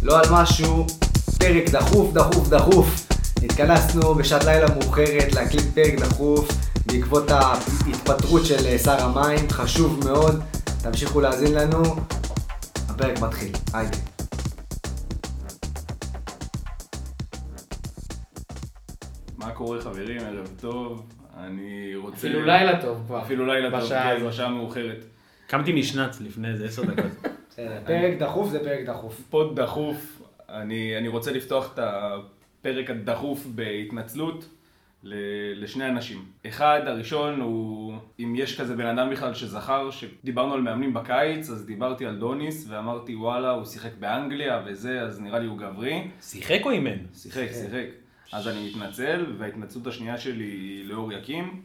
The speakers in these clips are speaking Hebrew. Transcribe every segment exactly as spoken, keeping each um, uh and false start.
לא על משהו, פרק דחוף, דחוף, דחוף. התכנסנו בשעת לילה מאוחרת להקליט פרק דחוף בעקבות ההתפטרות של שר המים, חשוב מאוד. תמשיכו להאזין לנו, הפרק מתחיל. היידה. מה קורה חברים? ערב טוב. אני רוצה... אפילו לילה טוב כבר. אפילו לילה טוב, כן, בשעה מאוחרת. קמתי משנץ לפני איזה עשר דקות. פרק דחוף זה פרק דחוף. פוד דחוף. אני, אני רוצה לפתוח את הפרק הדחוף בהתנצלות לשני אנשים. אחד, הראשון הוא, אם יש כזה בן אדם בכלל שזכר, שדיברנו על מאמנים בקיץ, אז דיברתי על דוניס ואמרתי וואלה, הוא שיחק באנגליה וזה, אז נראה לי הוא גברי. שיחק או אימן? שיחק, שיחק. אז אני מתנצל, וההתנצלות השנייה שלי היא לאור יקים,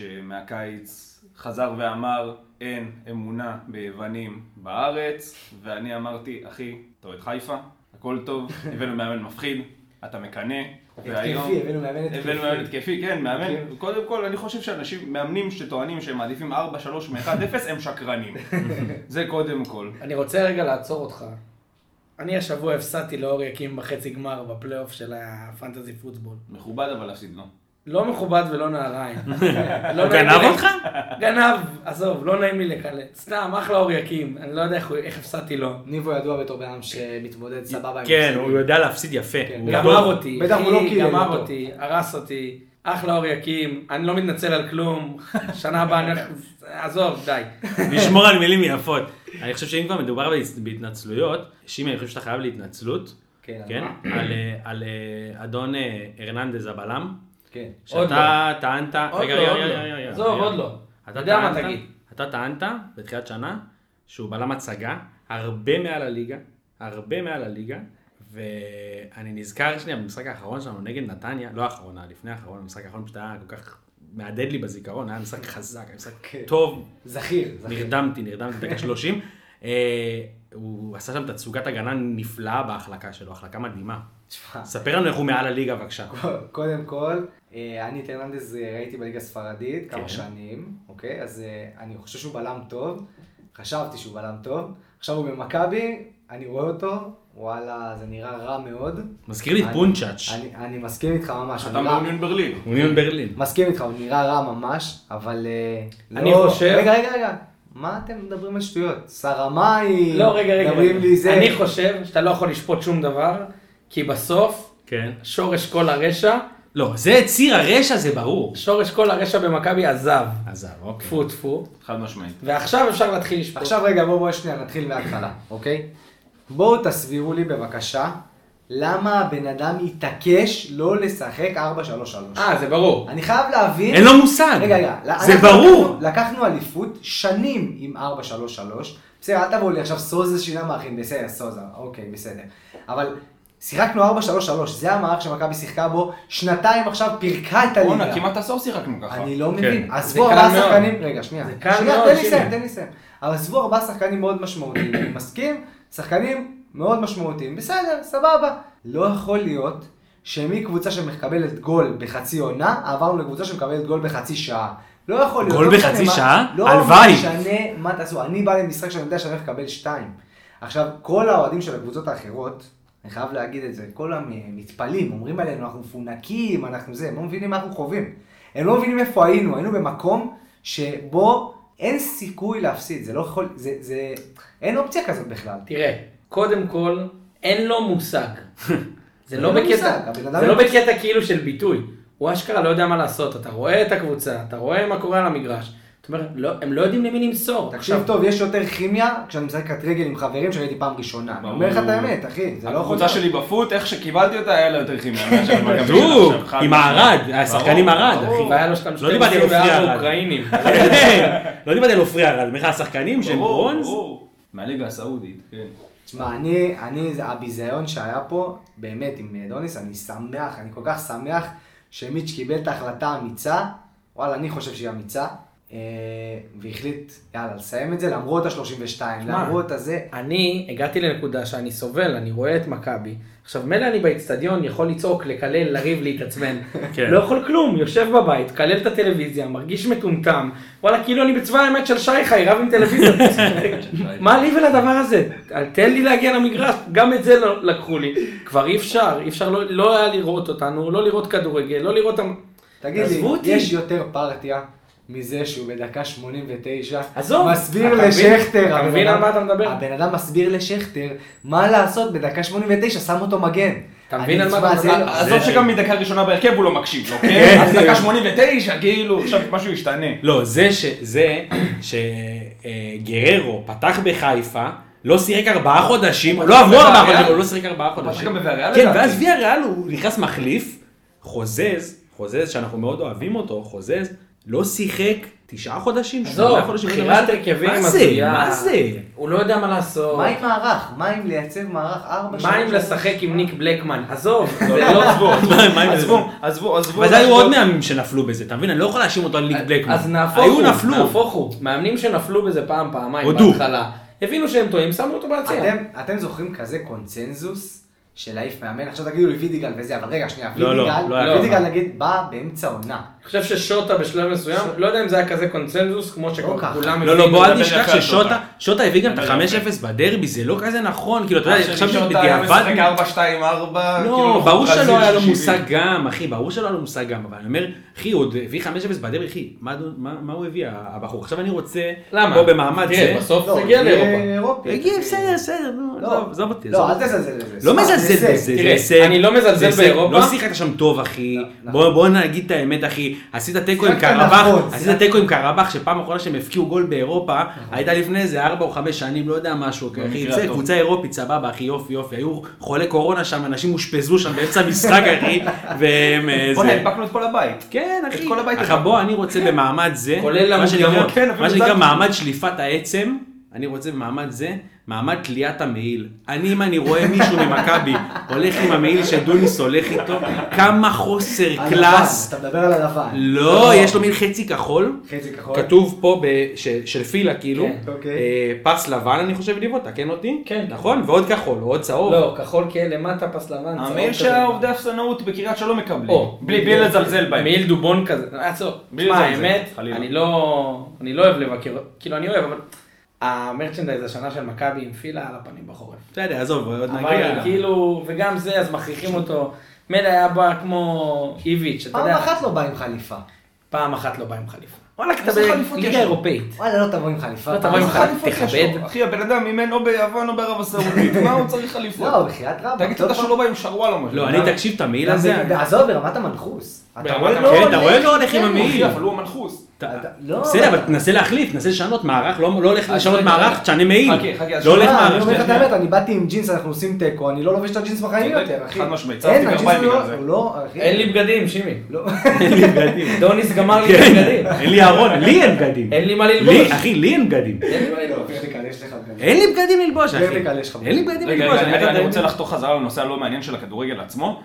שמהקיץ חזר ואמר אין אמונה ביוונים בארץ, ואני אמרתי, אחי, אתה אוהד חיפה, הכל טוב, הבאנו מאמן מפחיד, אתה מקנא, התקפי, הבאנו מאמן התקפי. הבאנו מאמן התקפי, כן, מאמן. קודם כל, אני חושב שאנשים, מאמנים שטוענים שהם מעדיפים ארבע שלוש מ-אחד אפס, הם שקרנים. זה קודם כל. אני רוצה רגע לעצור אותך. אני השבוע הפסדתי לאור יקים בחצי גמר בפלייאוף של הפנטזי פוטבול. מכובד אבל להפסיד, לא? לא מכובד ולא נעליים. הוא גנב אותך? גנב, עזוב, לא נעים לי לקלט. סתם, אחלה אור יקים, אני לא יודע איך הפסדתי לו. ניבו ידוע בתור בן אדם שמתמודד סבבה. כן, הוא יודע להפסיד יפה. גמר אותי, בטח הוא לא קילל גמר אותו. אותי, הרס אותי. אחלה אור יקים, אני לא מתנצל על כלום. שנה הבאה אני הולך... עזוב, די. לשמור על מילים יפות. אני חושב שאם כבר מדובר בהתנצלויות, שימי, אני חושב שאתה חייב להתנצלות. כן, כן? על אדון הרננדז הבלם. כן. שאתה טענת... עוד רגע, לא, רגע, עוד רגע, לא. רגע. עזוב, עוד לא. אתה יודע מה טענת- תגיד. אתה טענת בתחילת שנה שהוא בלם הצגה, הרבה מעל הליגה, הרבה מעל הליגה, ואני נזכר שנייה במשחק האחרון שלנו נגד נתניה, לא האחרונה, לפני האחרון, המשחק האחרון פשוט היה כל כך מעדד לי בזיכרון, היה משחק חזק, היה משחק טוב, זכיר, זכיר. נרדמתי, נרדמתי דקה שלושים, אה, הוא עשה שם תצוגת הגנה נפלאה בהחלקה שלו, החלקה מדהימה. תשמע, ספר לנו איך הוא מעל הליגה בבקשה. קודם כל, אה, אני את הרננדז אה, ראיתי בליגה הספרדית כן. כמה שנים, אוקיי? אז אה, אני חושב שהוא בלם טוב, חשבתי שהוא בלם טוב, עכשיו הוא במכבי, אני רואה אותו, וואלה, זה נראה רע מאוד. מזכיר לי את אני- פונצ'אץ'. אני, אני מסכים איתך ממש, הוא אתה נראה- מאוניון ברלין. אוניון ברלין. מסכים איתך, הוא נראה רע ממש, אבל אה, אני לא... חושב- רגע, רגע, רגע, מה אתם מדברים על שטויות? שר המים, לא, רגע, רגע. מדברים רגע. לי זה... אני חושב שאתה לא יכול לשפוט שום דבר, כי בסוף, כן. שורש כל הרשע, לא, זה ציר הרשע, זה ברור. שורש כל הרשע במכבי עזב. עזב, אוקיי. טפו טפו. חד משמעית. ועכשיו אפשר להתחיל לשפוט. עכשיו רגע, בואו בואו שנייה, נתחיל מההתחלה, אוקיי? בואו תסבירו לי בבקשה, למה הבן אדם התעקש לא לשחק ארבע שלוש שלוש. אה, זה ברור. אני חייב להבין... אין לו מושג. רגע, רגע. זה אנחנו ברור. לקחנו- לקחנו אליפות שנים עם ארבע שלוש שלוש. בסדר, אל תבואו לי עכשיו סוזה שינה מאחים, בסדר, סוזה, אוקיי, בסדר. אבל שיחקנו ארבע שלוש שלוש, זה המערך שמכבי שיחקה בו, שנתיים עכשיו פירקה את הליגה. בואנה, כמעט עשור שיחקנו ככה. אני לא מבין. זה עזבו קל ארבעה מאוד. שחקנים, רגע, שנייה. זה קל שנייה, מאוד, תן לי שימי. לסיים, תן לי לסיים. אבל עזבו ארבעה שחקנים מאוד משמעותיים, אני מסכים, שחקנים מאוד משמעותיים, בסדר, סבבה. לא יכול להיות שמקבוצה שמקבלת גול בחצי עונה, עברנו לקבוצה שמקבלת גול בחצי שעה. לא יכול להיות. גול לא משנה בחצי מה- שעה? לא הלוואי. משנה מה תעשו. אני בא למשחק שאני יודע שאני הולך לקבל שתיים. עכשיו, כל האוהדים של הקבוצות האחרות, אני חייב להגיד את זה, כל המתפלים אומרים עלינו, אנחנו מפונקים, אנחנו זה, הם לא מבינים מה אנחנו חווים. הם לא מבינים איפה היינו, היינו במקום שבו אין סיכוי להפסיד, זה לא יכול, זה, זה, אין אופציה כזאת בכלל. תראה, קודם כל, אין לו מושג. זה אין לא לו בקטע, מושג, הבן אדם זה לא אין לו בקטע כאילו של ביטוי. הוא אשכרה לא יודע מה לעשות, אתה רואה את הקבוצה, אתה רואה מה קורה על המגרש. זאת אומרת, לא, הם לא יודעים למי למסור. תקשיב טוב, יש יותר כימיה כשאני משחק כדורגל עם חברים שראיתי פעם ראשונה. אני אומר לך את האמת, אחי, זה לא יכול הקבוצה שלי בפוט, איך שקיבלתי אותה, היה לה יותר כימיה. מאשר במכבי בדיוק, עכשיו, חד עם משמעית. הערד, השחקן עם הערד, ברור. אחי. והיה לו שם לא דיברתי על עופרי ארד. אוקראינים. לא דיברתי על עופרי ארד, אומר לך השחקנים שהם ברור, ברונז. ברור. מהליגה הסעודית, כן. תשמע, אני, אני, זה הביזיון שהיה פה, באמת, עם דוניס, אני שמח, אני כל כך שמח שמיץ' קיבל את ההחלטה האמיצה, וואלה, אני חושב שהיא אמיצה, והחליט, יאללה, לסיים את זה למרות ה-שלושים ושתיים, למרות הזה. אני הגעתי לנקודה שאני סובל, אני רואה את מכבי. עכשיו, מילא אני באצטדיון יכול לצעוק, לקלל, לריב, להתעצבן. לא יכול כלום, יושב בבית, קלל את הטלוויזיה, מרגיש מטומטם. וואלה, כאילו אני בצבא האמת של שייכה, רב עם טלוויזיה. מה לי ולדבר הזה? תן לי להגיע למגרש, גם את זה לקחו לי. כבר אי אפשר, אי אפשר לא היה לראות אותנו, לא לראות כדורגל, לא לראות... תגיד לי, יש יותר פרטיה מזה שהוא בדקה שמונים ותשע, עזוב, מסביר לשכטר, אתה מבין על מה אתה מדבר? הבן אדם מסביר לשכטר מה לעשות בדקה שמונים ותשע, שם אותו מגן. אתה מבין על מה אתה מדבר? עזוב שגם מדקה ראשונה בהרכב הוא לא מקשיב, אוקיי? אז דקה שמונים ותשע, כאילו, עכשיו משהו ישתנה. לא, זה שגררו פתח בחיפה, לא שיחק ארבעה חודשים, לא עברו ארבעה חודשים, הוא לא שיחק ארבעה חודשים. כן, ואז ויה ריאל הוא נכנס מחליף, חוזז, חוזז שאנחנו מאוד אוהבים אותו, חוזז, לא שיחק תשעה חודשים, שמונה חודשים. בחירת הרכבים מזויה. מה זה? הוא לא יודע מה לעשות. מה עם מערך? מה עם לייצב מערך ארבע? מה עם לשחק עם ניק בלקמן? עזוב. לא, עזבו. עזבו, עזבו, עזבו. וזה היו עוד מאמנים שנפלו בזה, אתה מבין? אני לא יכול להאשים אותו על ניק בלקמן. אז נהפוך הוא, נהפוך הוא. מאמנים שנפלו בזה פעם, פעמיים, בהתחלה. הבינו שהם טועים, שמו אותו ביציע. אתם זוכרים כזה קונצנזוס של להעיף מאמן? עכשיו תגידו לי וידיגל וזה, אבל רגע, שנייה, לא, לא, לא, וידיגל נגיד בא באמצע עונה. אני חושב ששוטה בשלב מסוים, לא יודע אם זה היה כזה קונצנזוס, כמו שכולם הבינו. לא, לא, בוא אל נשכח ששוטה, שוטה הביא גם את ה-חמש אפס בדרבי, זה לא כזה נכון, כאילו, אתה יודע, עכשיו שוטה משחק ארבע שתיים ארבע, לא, ברור שלא היה לו מושג גם, אחי, ברור שלא היה לו מושג גם, אבל אני אומר, אחי, הוא עוד הביא חמש אפס בדרבי, אחי, מה הוא הביא, הבחור? עכשיו אני רוצה, פה במעמד זה, בסוף זה הגיע לאירופה. הגיע, בסדר, בסדר, עזוב אותי. לא, אל תזלזל בזה. לא מזלזל בזה, אני לא מזלזל באירופה. לא שיחקת שם טוב, אחי. בוא נגיד את האמת, אחי. עשית תיקו עם קרבח, עשית תיקו עם קרבח, שפעם אחרונה שהם הפקיעו גול באירופה, הייתה לפני איזה ארבע או חמש שנים, לא יודע משהו, אחי. זה קבוצה אירופית, סבבה, אחי, יופי, יופי. היו חולי קורונה שם, אנשים אושפזו שם באמצע המשחק, אחי. בוא נדבקנו את כל הבית. כן, אחי. אחי, בוא, אני רוצה במעמד זה, מה שנקרא מעמד שליפת העצם, אני רוצה במעמד זה, מעמד תליית המעיל. אני, אם אני רואה מישהו ממכבי הולך עם המעיל שדוניס הולך איתו, כמה חוסר קלאס. אתה מדבר על הלבן. לא, יש לו מעיל חצי כחול. חצי כחול. כתוב פה של פילה, כאילו. כן, אוקיי. פס לבן, אני חושב ליבו, תקן אותי. כן. נכון? ועוד כחול, עוד צהוב. לא, כחול כן, למטה פס לבן. המעיל שהעובדי אפסנאות בקריית שלום מקבלים. בלי לזלזל בהם. מעיל דובון כזה. עצור. תשמע, האמת, אני לא אוהב לבקר, כאילו אני אוהב, אבל המרצ'נדייז השנה של מכבי עם פילה על הפנים בחורף. בסדר, עזוב, עוד נגיע. אבל כאילו, וגם זה, אז מכריחים אותו. מילא היה בא כמו איביץ', אתה יודע. פעם אחת לא בא עם חליפה. פעם אחת לא בא עם חליפה. וואלה, אתה בליגה אירופאית. וואלה, לא תבוא עם חליפה. לא תבוא עם חליפה, תכבד. אחי, הבן אדם אימן או ביוון או בערב הסעודית, מה הוא צריך חליפות? לא, בחיית רבה. תגיד תודה שהוא לא בא עם שרוואל או משהו. לא, אני תקשיב את המעיל הזה. עזוב, ברמת המנחוס. אתה רואה לא הולך עם המעיל. אבל הוא המנחוס. בסדר, אבל תנסה להחליף, תנסה לשנות מערך, לא הולך לשנות מערך, תשנה מעיל. לא הולך מערך. אני אומר לך את האמת, אני באתי עם ג'ינס, אנחנו עושים טקו, אני לא לובש את הג'ינס בחיים יותר, אחי. חד משמעית, צרפתי גרביים בגלל זה. אין לי בגדים, שימי. אין לי בגדים. דוניס גמר לי בגדים. אין לי ארון, לי אין בגדים. אין לי מה ללבוש. אחי, לי אין בגדים. אין לי מה ללבוש. אין לי בגדים ללבוש, אחי. אין לי בגדים ללבוש. אני רוצה לחתוך חזרה לנושא הלא מעניין של הכדורגל עצמו.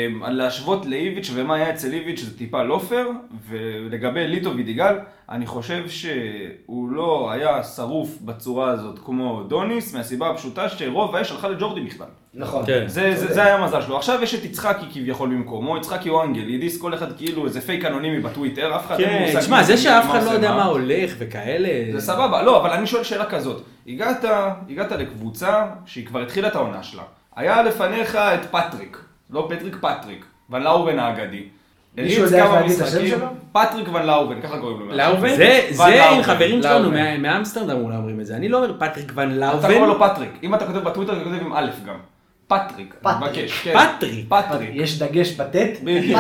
להשוות לאיביץ' ומה היה אצל איביץ' זה טיפה לא פייר, ולגבי ליטו וידיגל, אני חושב שהוא לא היה שרוף בצורה הזאת כמו דוניס, מהסיבה הפשוטה שרוב האש הלכה לג'ורדי בכלל. נכון. זה היה המזל שלו. עכשיו יש את יצחקי כביכול במקומו, יצחקי או אנגל, ידיס כל אחד כאילו איזה פייק אנונימי בטוויטר, אף אחד לא מושג. תשמע, זה שאף אחד לא יודע מה הולך וכאלה. זה סבבה, לא, אבל אני שואל שאלה כזאת. הגעת, הגעת לקבוצה שהיא כבר התחילה את העונה שלה. היה לפניך את פטריק, לא פטריק, פטריק, ון לאובן האגדי. מישהו יודע איך להגיד את השם שלו? פטריק ון לאובן, ככה קוראים לו. לאובן? זה עם חברים שלנו מאמסטרדם אולי אומרים את זה. אני לא אומר פטריק ון לאובן. אתה קורא לו פטריק. אם אתה כותב בטוויטר, אתה כותב עם א' גם. פטריק. פטריק. פטריק. פטריק. יש דגש בטט?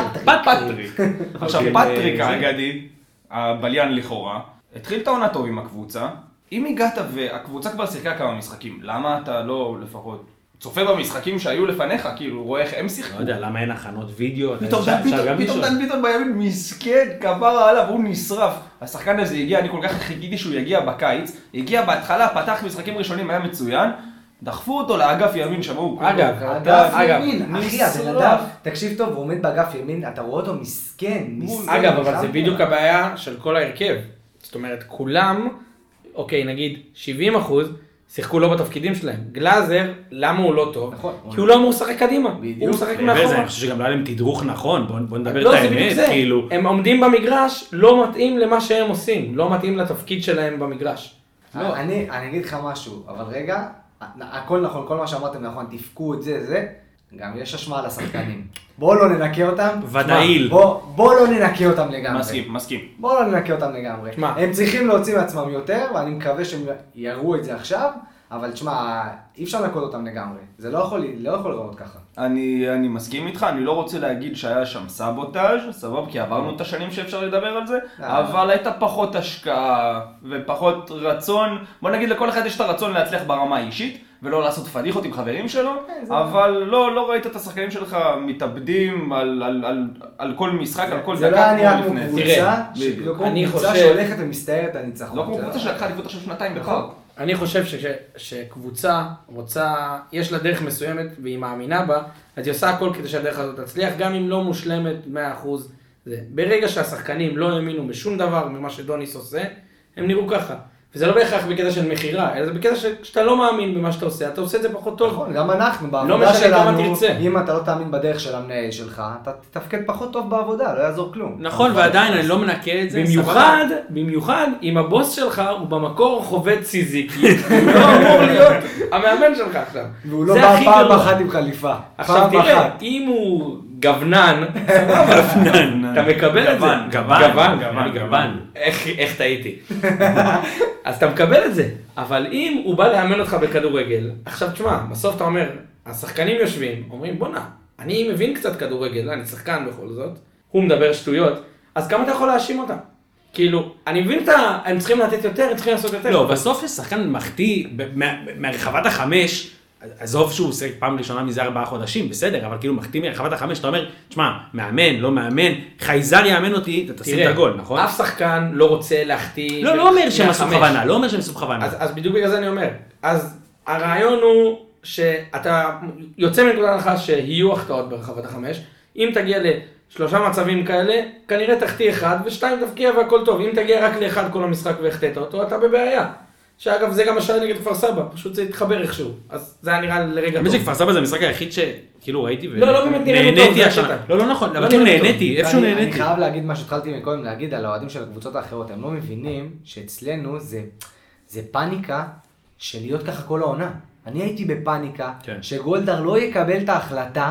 פטריק. עכשיו, פטריק האגדי, הבליין לכאורה, התחיל את העונה טוב עם הקבוצה. אם הגעת והקבוצה כבר שיחקה כמה משחקים, למה אתה לא לפחות צופה במשחקים שהיו לפניך, כאילו רואה איך הם שיחקו? לא יודע, למה אין הכנות וידאו? פתאום דן ביטון בימין מסכן, כפרה עליו, הוא נשרף. השחקן הזה הגיע, אני כל כך חיכיתי שהוא יגיע בקיץ, הגיע בהתחלה, פתח משחקים ראשונים, היה מצוין, דחפו אותו לאגף ימין, שמעו. אגב, אגף ימין, אחי, הבן אדם, תקשיב טוב, הוא עומד באגף ימין, אתה רואה אותו מסכן, מסכן. אגב, אבל זה בדיוק הבעיה של כל ההרכב. זאת אומרת, כולם, אוקיי, נגיד שבעים אחוז, שיחקו לא בתפקידים שלהם. גלאזר, למה הוא לא טוב? נכון. כי הוא לא אמור לשחק קדימה. הוא משחק מאחורה. אני חושב שגם לא היה להם תדרוך נכון, בוא נדבר את האמת, כאילו. הם עומדים במגרש, לא מתאים למה שהם עושים, לא מתאים לתפקיד שלהם במגרש. אני אגיד לך משהו, אבל רגע, הכל נכון, כל מה שאמרתם נכון, תפקוד, זה, זה, גם יש אשמה על השחקנים. בואו לא ננקה אותם. ודאיל. בואו לא ננקה אותם לגמרי. מסכים, מסכים. בואו לא ננקה אותם לגמרי. הם צריכים להוציא מעצמם יותר, ואני מקווה שהם יראו את זה עכשיו, אבל תשמע, אי אפשר לנקות אותם לגמרי. זה לא יכול, לא יכול לראות ככה. אני, אני מסכים איתך, אני לא רוצה להגיד שהיה שם סבוטאז', סבב, כי עברנו את השנים שאפשר לדבר על זה, אבל הייתה פחות השקעה ופחות רצון. בוא נגיד, לכל אחד יש את הרצון להצליח ברמה האישית, ולא לעשות פדיחות עם חברים שלו, אבל לא, לא ראית את השחקנים שלך מתאבדים על, על, על, על כל משחק, על כל דקה. זה לא היה נראה כמו קבוצה, אני חושב שהולכת ומסתערת על ניצחון. לא כמו קבוצה שלקחה אליפות עכשיו שנתיים בחר. אני חושב שקבוצה רוצה, יש לה דרך מסוימת והיא מאמינה בה, אז היא עושה הכל כדי שהדרך הזאת תצליח, גם אם לא מושלמת מאה אחוז. ברגע שהשחקנים לא האמינו בשום דבר ממה שדוניס עושה, הם נראו ככה. וזה לא בהכרח בקטע של מחירה, אלא זה בקטע שאתה לא מאמין במה שאתה עושה, אתה עושה את זה פחות טוב. נכון, גם אנחנו, בעבודה שלנו, אם אתה לא תאמין בדרך של המנהל שלך, אתה תתפקד פחות טוב בעבודה, לא יעזור כלום. נכון, ועדיין אני לא מנקה את זה. במיוחד, במיוחד, אם הבוס שלך הוא במקור חובד סיזיקי, הוא לא אמור להיות המאמן שלך עכשיו. והוא לא בא פעם אחת עם חליפה. עכשיו תראה, אם הוא גוונן, אתה מקבל את זה. גוון, גוון, גוון. איך טעיתי? אז אתה מקבל את זה, אבל אם הוא בא לאמן אותך בכדורגל, עכשיו תשמע, בסוף אתה אומר, השחקנים יושבים, אומרים בוא נע, אני מבין קצת כדורגל, אני שחקן בכל זאת, הוא מדבר שטויות, אז כמה אתה יכול להאשים אותם? כאילו, אני מבין את ה... הם צריכים לתת יותר, הם צריכים לעשות יותר. לא, בסוף יש שחקן מחטיא מהרחבת החמש, עזוב שהוא עושה פעם ראשונה מזה ארבעה חודשים, בסדר, אבל כאילו מחתים מרחבת החמש, אתה אומר, תשמע, מאמן, לא מאמן, חייזר יאמן אותי, אתה תשים את הגול, נכון? אף שחקן לא רוצה להחתיא... לא, לא אומר שהם עשו בכוונה, לא אומר שהם עשו בכוונה. אז בדיוק בגלל זה אני אומר, אז הרעיון הוא שאתה יוצא מנקודת הנחה שיהיו החטאות ברחבת החמש, אם תגיע לשלושה מצבים כאלה, כנראה תחטיא אחד ושתיים תפקיע והכל טוב, אם תגיע רק לאחד כל המשחק והחטאת אותו, אתה בבעיה. שאגב, זה גם השעה נגד כפר סבא, פשוט זה התחבר איכשהו, אז זה היה נראה לרגע טוב. כפר סבא זה המשחק היחיד שכאילו ראיתי ונהניתי. לא, לא באמת נראינו טוב, זה השטה. לא, לא נכון, אבל כאילו נהניתי, איפשהו נהניתי. אני חייב להגיד מה שהתחלתי מקודם להגיד על האוהדים של הקבוצות האחרות, הם לא מבינים שאצלנו זה פאניקה של להיות ככה כל העונה. אני הייתי בפאניקה שגולדהר לא יקבל את ההחלטה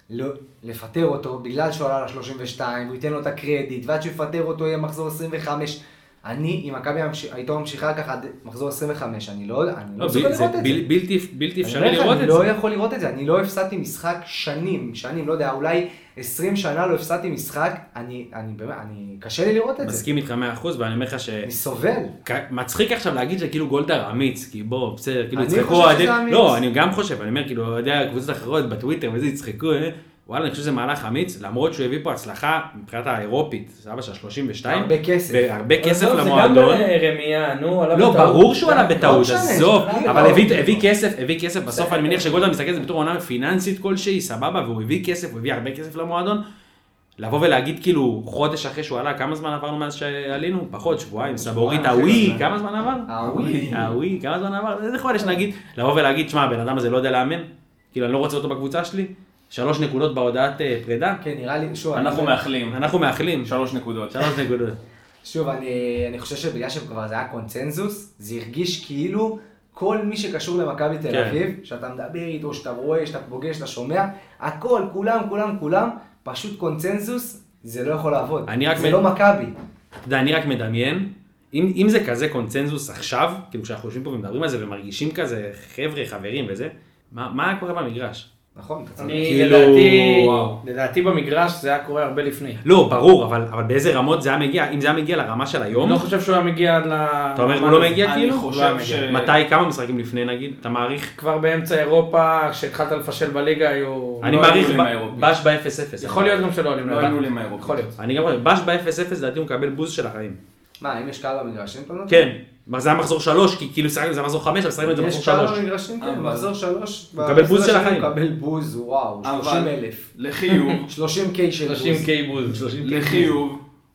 לפטר אותו בגלל שהוא עלה ל-שלושים ושתיים, הוא ייתן לו את הקרדיט, ועד שהוא יפטר אותו יהיה מחזור עשרים וחמש. אני, אם מכבי הייתו ממשיכה ככה עד מחזור עשרים וחמש, אני לא מסוגל לראות את זה. בלתי אפשרי לראות את זה. אני לא יכול לראות את זה, אני לא הפסדתי משחק שנים, שנים, לא יודע, אולי עשרים שנה לא הפסדתי משחק, אני, אני, באמת, אני, קשה לי לראות את זה. מסכים איתך מאה אחוז, ואני אומר לך ש... אני סובל. מצחיק עכשיו להגיד שכאילו גולדהר אמיץ, כי בוא, בסדר, כאילו יצחקו... אני חושב שזה אמיץ. לא, אני גם חושב, אני אומר, כאילו, יודע, הקבוצות האחרות בטוויטר וזה יצחקו, וואלה, אני חושב שזה מהלך אמיץ, למרות שהוא הביא פה הצלחה מבחינת האירופית, סבא של שלושים ושתיים. הרבה כסף. והרבה כסף למועדון. זה גם רמיה, נו, עלה בטעות. לא, ברור שהוא עלה בטעות, עזוב. אבל הביא כסף, הביא כסף, בסוף אני מניח שגולדהר מסתכל על זה בתור עונה פיננסית כלשהי, סבבה, והוא הביא כסף, הוא הביא הרבה כסף למועדון. לבוא ולהגיד כאילו חודש אחרי שהוא עלה, כמה זמן עברנו מאז שעלינו? פחות, שבועיים, סבורית, הווי, כמה זמן עבר? הווי. הווי, כמה זמן עבר? איזה חודש נגיד? לבוא ולהגיד, שמע, הבן אדם הזה לא יודע לאמן, כאילו אני לא רוצה אותו בקבוצה שלי. שלוש נקודות בהודעת פרידה. כן, נראה לי, שוב. אנחנו מאחלים. אנחנו מאחלים. שלוש נקודות. שלוש נקודות. שוב, אני, אני חושב שבגלל שכבר זה היה קונצנזוס, זה הרגיש כאילו כל מי שקשור למכבי תל אביב, שאתה מדבר איתו, שאתה רואה, שאתה פוגש, שאתה שומע, הכל, כולם, כולם, כולם, פשוט קונצנזוס, זה לא יכול לעבוד. זה לא מכבי. אתה יודע, אני רק מדמיין, אם, אם זה כזה קונצנזוס עכשיו, כאילו כשאנחנו יושבים פה ומדברים על זה ומרגישים כזה חבר'ה, חברים וזה, מה, מה קורה במגרש? נכון, אני לדעתי, לדעתי במגרש זה היה קורה הרבה לפני. לא, ברור, אבל, אבל באיזה רמות זה היה מגיע, אם זה היה מגיע לרמה של היום? אני לא חושב שהוא היה מגיע ל... אתה אומר, הוא לא מגיע כאילו? אני חושב ש... מתי, כמה משחקים לפני נגיד? אתה מעריך? כבר באמצע אירופה, כשהתחלת לפשל בליגה היו... אני מעריך בש ב-אפס אפס. יכול להיות גם שלא עולים לא עלינו למה אירופה. יכול להיות. אני גם חושב, בש ב-אפס אפס, לדעתי הוא מקבל בוז של החיים. מה, אם יש קהל במגרשים? כן. זה היה מחזור שלוש, כי כאילו שחקנו, זה היה מחזור חמש, אבל שחקנו את זה מחזור שלוש. יש קהל במגרשים, כן, מחזור שלוש. הוא מקבל בוז של החיים. הוא מקבל בוז, וואו, שלושים אלף. לחיוב. שלושים קיי של בוז. שלושים קיי בוז. לחיוב.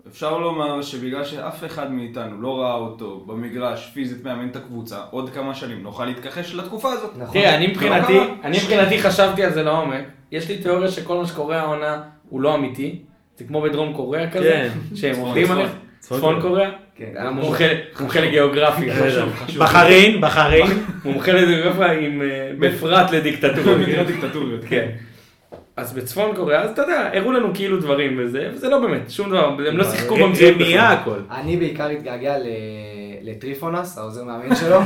אפשר לומר שבגלל שאף אחד מאיתנו לא ראה אותו במגרש פיזית מאמן את הקבוצה, עוד כמה שנים נוכל להתכחש לתקופה הזאת. תראה, אני מבחינתי, אני מבחינתי חשבתי על זה לעומק. יש לי תיאוריה שכל מה שקורה העונה הוא לא אמיתי. זה כמו בדרום קוריאה כזה, שהם עובדים עליך. צפון קוריאה? כן. מומחה לגיאוגרפיה. בחריין, בחריין. מומחה לגיאוגרפיה עם בפרט לדיקטטוריות. דיקטטוריות, כן. אז בצפון קוריאה, אז אתה יודע, הראו לנו כאילו דברים וזה, וזה לא באמת, שום דבר, הם לא שיחקו במציאות בכלל. הכל. אני בעיקר התגעגע לטריפונס, העוזר מאמן שלו.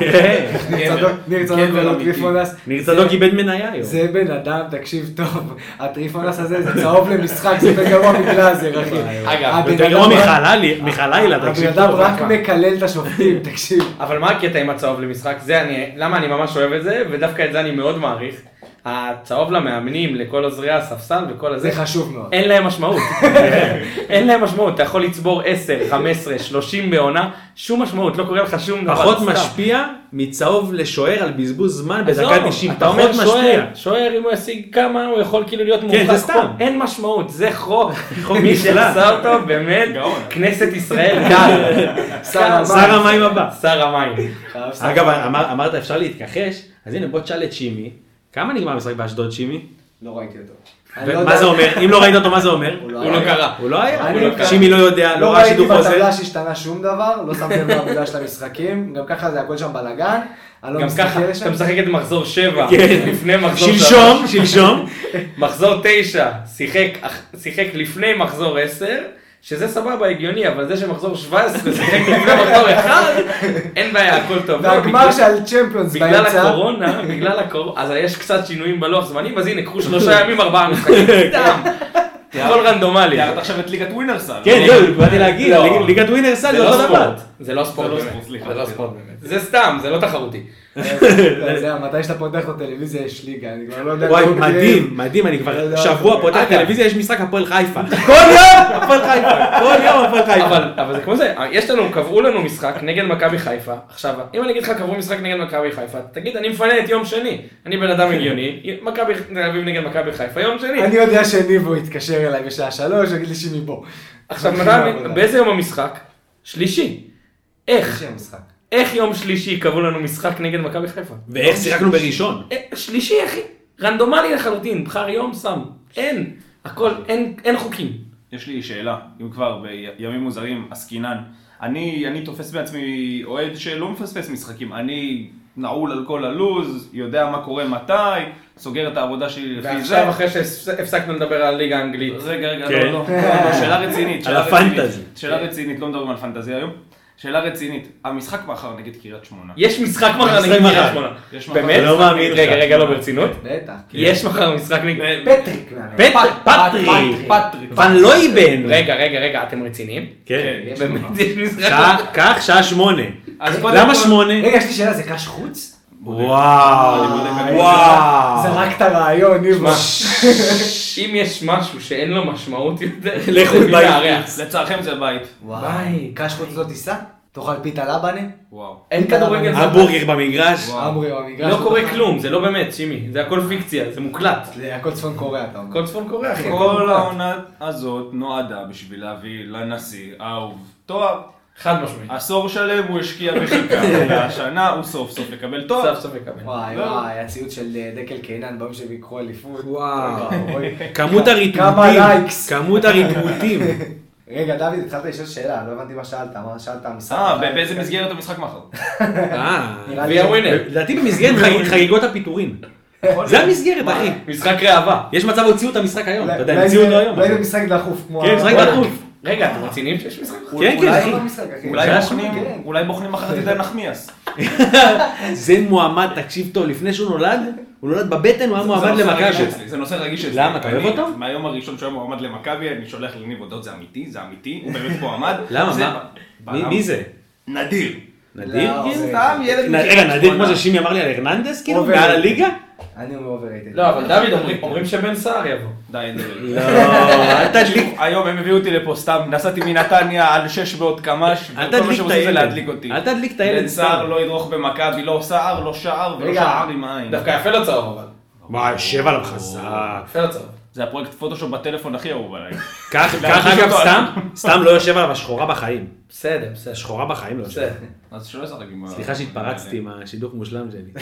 ניר צדוק ולא טריפונס. ניר צדוק איבד מניה היום. זה בן אדם, תקשיב טוב, הטריפונס הזה זה צהוב למשחק, זה יותר גרוע מגלאזר, אחי. אגב, יותר גרוע מיכל לילה, תקשיב טוב. הבן אדם רק מקלל את השופטים, תקשיב. אבל מה הקטע עם הצהוב למשחק? למה אני ממש אוהב את זה, ודווקא את זה אני מאוד מעריך. הצהוב למאמנים, לכל עוזרי הספסל וכל הזה. זה חשוב מאוד. אין להם משמעות. אין להם משמעות. אתה יכול לצבור עשר, חמש עשרה, שלושים בעונה, שום משמעות, לא קורה לך שום דבר. פחות משפיע מצהוב לשוער על בזבוז זמן בדקה תשעים. פחות משפיע. שוער, אם הוא ישיג כמה, הוא יכול כאילו להיות מורחק. כן, זה סתם. אין משמעות, זה חוק. מי שעשה אותו, באמת, כנסת ישראל גל. שר המים הבא. שר המים. אגב, אמרת אפשר להתכחש, אז הנה בוא תשאל את שימי. כמה נגמר המשחק באשדוד, שימי? לא ראיתי אותו. מה זה אומר? אם לא ראית אותו, מה זה אומר? הוא לא קרה. הוא לא היה? שימי לא יודע, לא ראה שידור חוזר. לא ראיתי בטבלה שהשתנה שום דבר, לא שמתי לב בעבודה של המשחקים, גם ככה זה הכל שם בלגן. גם ככה, אתה משחק את מחזור שבע, לפני מחזור שלשום, שלשום. מחזור תשע, שיחק לפני מחזור עשר, שזה סבבה הגיוני, אבל זה שמחזור שבע עשרה שיחק לפני מחזור אחד, אין בעיה, הכל טוב. והגמר של צ'מפיונס באמצע. בגלל הקורונה, בגלל הקורונה, אז יש קצת שינויים בלוח זמנים, אז הנה, קחו שלושה ימים, ארבעה משחקים. סתם, הכל רנדומלי. תיארת עכשיו את ליגת ווינרסל. כן, זהו, באתי להגיד, ליגת ווינרסל זה אותו דבר. זה לא ספורט באמת. זה לא ספורט באמת. זה סתם, זה לא תחרותי. זה מתי שאתה פותח את הטלוויזיה יש ליגה, אני כבר לא יודע... וואי, מדהים, מדהים, אני כבר שבוע פותח טלוויזיה, יש משחק הפועל חיפה. כל יום הפועל חיפה, כל יום הפועל חיפה. אבל זה כמו זה, יש לנו, קבעו לנו משחק נגד מכבי חיפה. עכשיו, אם אני אגיד לך קבעו משחק נגד מכבי חיפה, תגיד, אני מפנה את יום שני. אני בן אדם הגיוני, מכבי תל אביב נגד מכבי חיפה, יום שני. אני יודע שניבו יתקשר אליי בשעה שלוש, יגיד לי שימי בוא. עכשיו, באיזה יום המשחק? שלישי. איך? איך יום שלישי קבעו לנו משחק נגד מכבי חיפה? ואיך שיחקנו בראשון? שלישי, אחי. רנדומלי לחלוטין. בחר יום שם. אין. הכל, אין, אין חוקים. יש לי שאלה, אם כבר בימים מוזרים, עסקינן. אני, אני תופס בעצמי אוהד שלא מפספס משחקים. אני נעול על כל הלוז, יודע מה קורה מתי, סוגר את העבודה שלי לפי זה. ועכשיו אחרי שהפסקנו לדבר על הליגה האנגלית. רגע, רגע, לא, לא. שאלה רצינית. על הפנטזי. שאלה רצינית, לא מדברים על פנטזיה היום. שאלה רצינית, המשחק מחר נגד קריית שמונה. יש משחק מחר נגד קריית שמונה. באמת? לא מאמין. רגע, רגע, לא ברצינות? בטח. יש מחר משחק נגד... פטריק. פטריק. פטריק. פן לא איבן. רגע, רגע, רגע, אתם רציניים? כן. באמת יש משחק. כך, שעה שמונה. למה שמונה? רגע, יש לי שאלה, זה קש חוץ? וואו. וואו. זרק את הרעיון, ניבו. אם יש משהו שאין לו משמעות יותר, לכו בית. לצערכם זה בית. וואי, קש חוץ לא תיסע? תאכל פיתה לבנה? וואו. אין כדורגל. המבורגר במגרש. המבורגר במגרש. לא קורה כלום, זה לא באמת, שימי. זה הכל פיקציה, זה מוקלט. זה הכל צפון קוריאה, אתה אומר. הכל צפון קוריאה, אחי. כל העונה הזאת נועדה בשביל להביא לנשיא האהוב תואר. חד משמעית. עשור שלם הוא השקיע וחיכה, והשנה הוא סוף סוף לקבל תואר. סוף סוף לקבל. וואי וואי, הציוץ של דקל קיינן ביום שהם יקחו אליפות. וואו. כמות הריטוטים. כמה לייקס. כמות הריטוטים. רגע, דוד, התחלת לשאול שאלה, לא הבנתי מה שאלת, מה שאלת המשחק? אה, באיזה מסגרת המשחק מחר? אה, ויה ווינר. לדעתי במסגרת חגיגות הפיטורים. זה המסגרת, אחי. משחק ראווה. יש מצב הוציאו את המשחק היום, אתה יודע, הוציאו אותו היום. אולי זה משחק דחוף, כמו... כן, משחק דחוף. רגע, אתם רציניים שיש משחק? כן, כן, אחי. אולי בוחנים אחרת את נחמיאס. זה מועמד, תקשיב טוב, לפני שהוא נולד, הוא נולד בבטן, הוא היה מועמד למכבי. זה נושא רגיש אצלי. למה, אתה אוהב אותו? מהיום הראשון שהוא היה מועמד למכבי, אני שולח לניב הודעות, זה אמיתי, זה אמיתי, הוא באמת מועמד. למה, מי זה? נדיר. נדיר? סתם ילד... רגע, נדיר כמו ששימי אמר לי על הרננדס, כאילו, מעל הליגה? אני אומר אוברייטד. לא, אבל דוד אומרים שבן סער יבוא. די, די. לא, אל תדליק. היום הם הביאו אותי לפה סתם, נסעתי מנתניה על שש בעוד קמ"ש, וכל מה שעושים זה להדליק אותי. אל תדליק את הילד. בן סער לא ידרוך במכבי, לא סער, לא שער ולא שער עם העין. דווקא יפה לו צהוב אבל. וואי, שב עליו חזק. יפה לו צהוב. זה הפרויקט פוטושופ בטלפון הכי אהוב עליי. כך אגב סתם, סתם לא יושב עליו השחורה בחיים. בסדר, בסדר. השחורה בחיים לא יושב. אז שלא ישחק עם... סליחה שהתפרצתי עם השידוך מושלם שלי.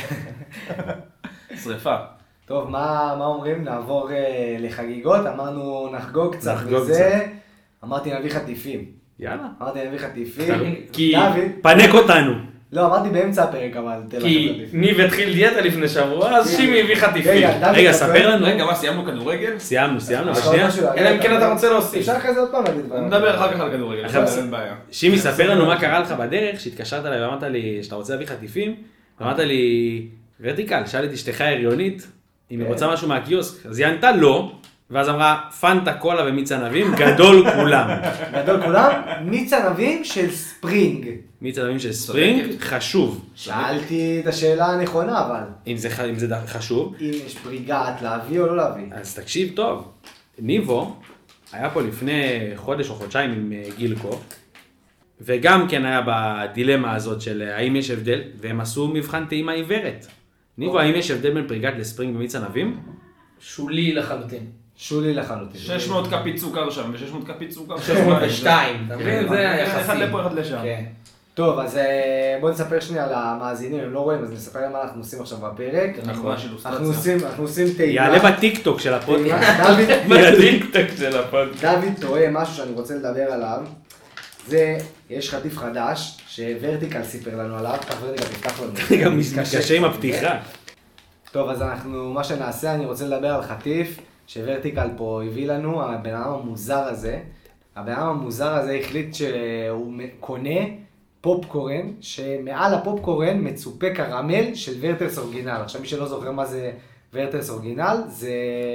שריפה. טוב, מה, מה אומרים? נעבור uh, לחגיגות, אמרנו נחגוג קצת נחגוג וזה, אמרתי נביא חטיפים. יאללה. אמרתי נביא חטיפים. כי... דוד, פנק אותנו. לא, אמרתי באמצע הפרק אבל, תן לך כי חטיפים. ניב התחיל דיאטה לפני שבוע, אז שימי הביא חטיפים. רגע, דוד, רגע, אתה ספר טוען? לנו. רגע, מה, סיימנו כדורגל? סיימנו, סיימנו, יש לך בשנייה. עוד משהו להגיד? אלא אם כן אתה רוצה להוסיף. אפשר אחרי זה עוד פעם להגיד דברים. נדבר אחר כך על כדורגל, עכשיו, אין בעיה. שימי, ספר לנו מה קרה לך בדרך, שהתקשרת אליי ואמרת לי שאתה רוצה להביא חטיפים, ואמרת לי, ורטיקל, שאל את אשתך ההריונית, אם היא רוצה משהו מהקיוסק, אז היא ענתה לא, ואז אמרה, פנטה קולה ומיץ ענבים, גדול כולם. גדול כולם, מיץ ענבים של ספרינג. מיץ ענבים של ספרינג, חשוב. שאלתי את השאלה הנכונה אבל, אם זה, אם זה חשוב, אם יש פריגת להביא או לא להביא. אז תקשיב טוב. ניבו היה פה לפני חודש או חודשיים עם גילקו, וגם כן היה בדילמה הזאת של האם יש הבדל, והם עשו מבחן טעימה עיוורת. ניבו, האם יש הבדל בין פריגת לספרינג ומיץ ענבים? שולי לחלוטין. שולי לחלוטין. שש מאות כפית סוכר שם ו-שש מאות כפית סוכר שש מאות ושתיים, אתה מבין? זה היחסי. אחד לפה, אחד לשם. כן. טוב, אז בואו נספר שנייה למאזינים, הם לא רואים, אז נספר להם מה אנחנו עושים עכשיו בפרק. נכון. אנחנו עושים, אנחנו עושים טעימה. יעלה בטיקטוק של הפודקאסט. דוד, בטיקטוק של הפודקאסט. דוד טועה משהו שאני רוצה לדבר עליו. זה, יש חטיף חדש, שוורטיקל סיפר לנו עליו, כך ורטיקל תפתח לנו. גם מתקשה עם הפתיחה. טוב, אז אנחנו, מה שנעשה, אני רוצה לדבר על חטיף, שוורטיקל פה הביא לנו, הבן אדם המוזר הזה. הבן אדם המוזר הזה החליט שהוא קונה פופקורן, שמעל הפופקורן מצופה קרמל של ורטרס אורגינל. עכשיו מי שלא זוכר מה זה ורטרס אורגינל, זה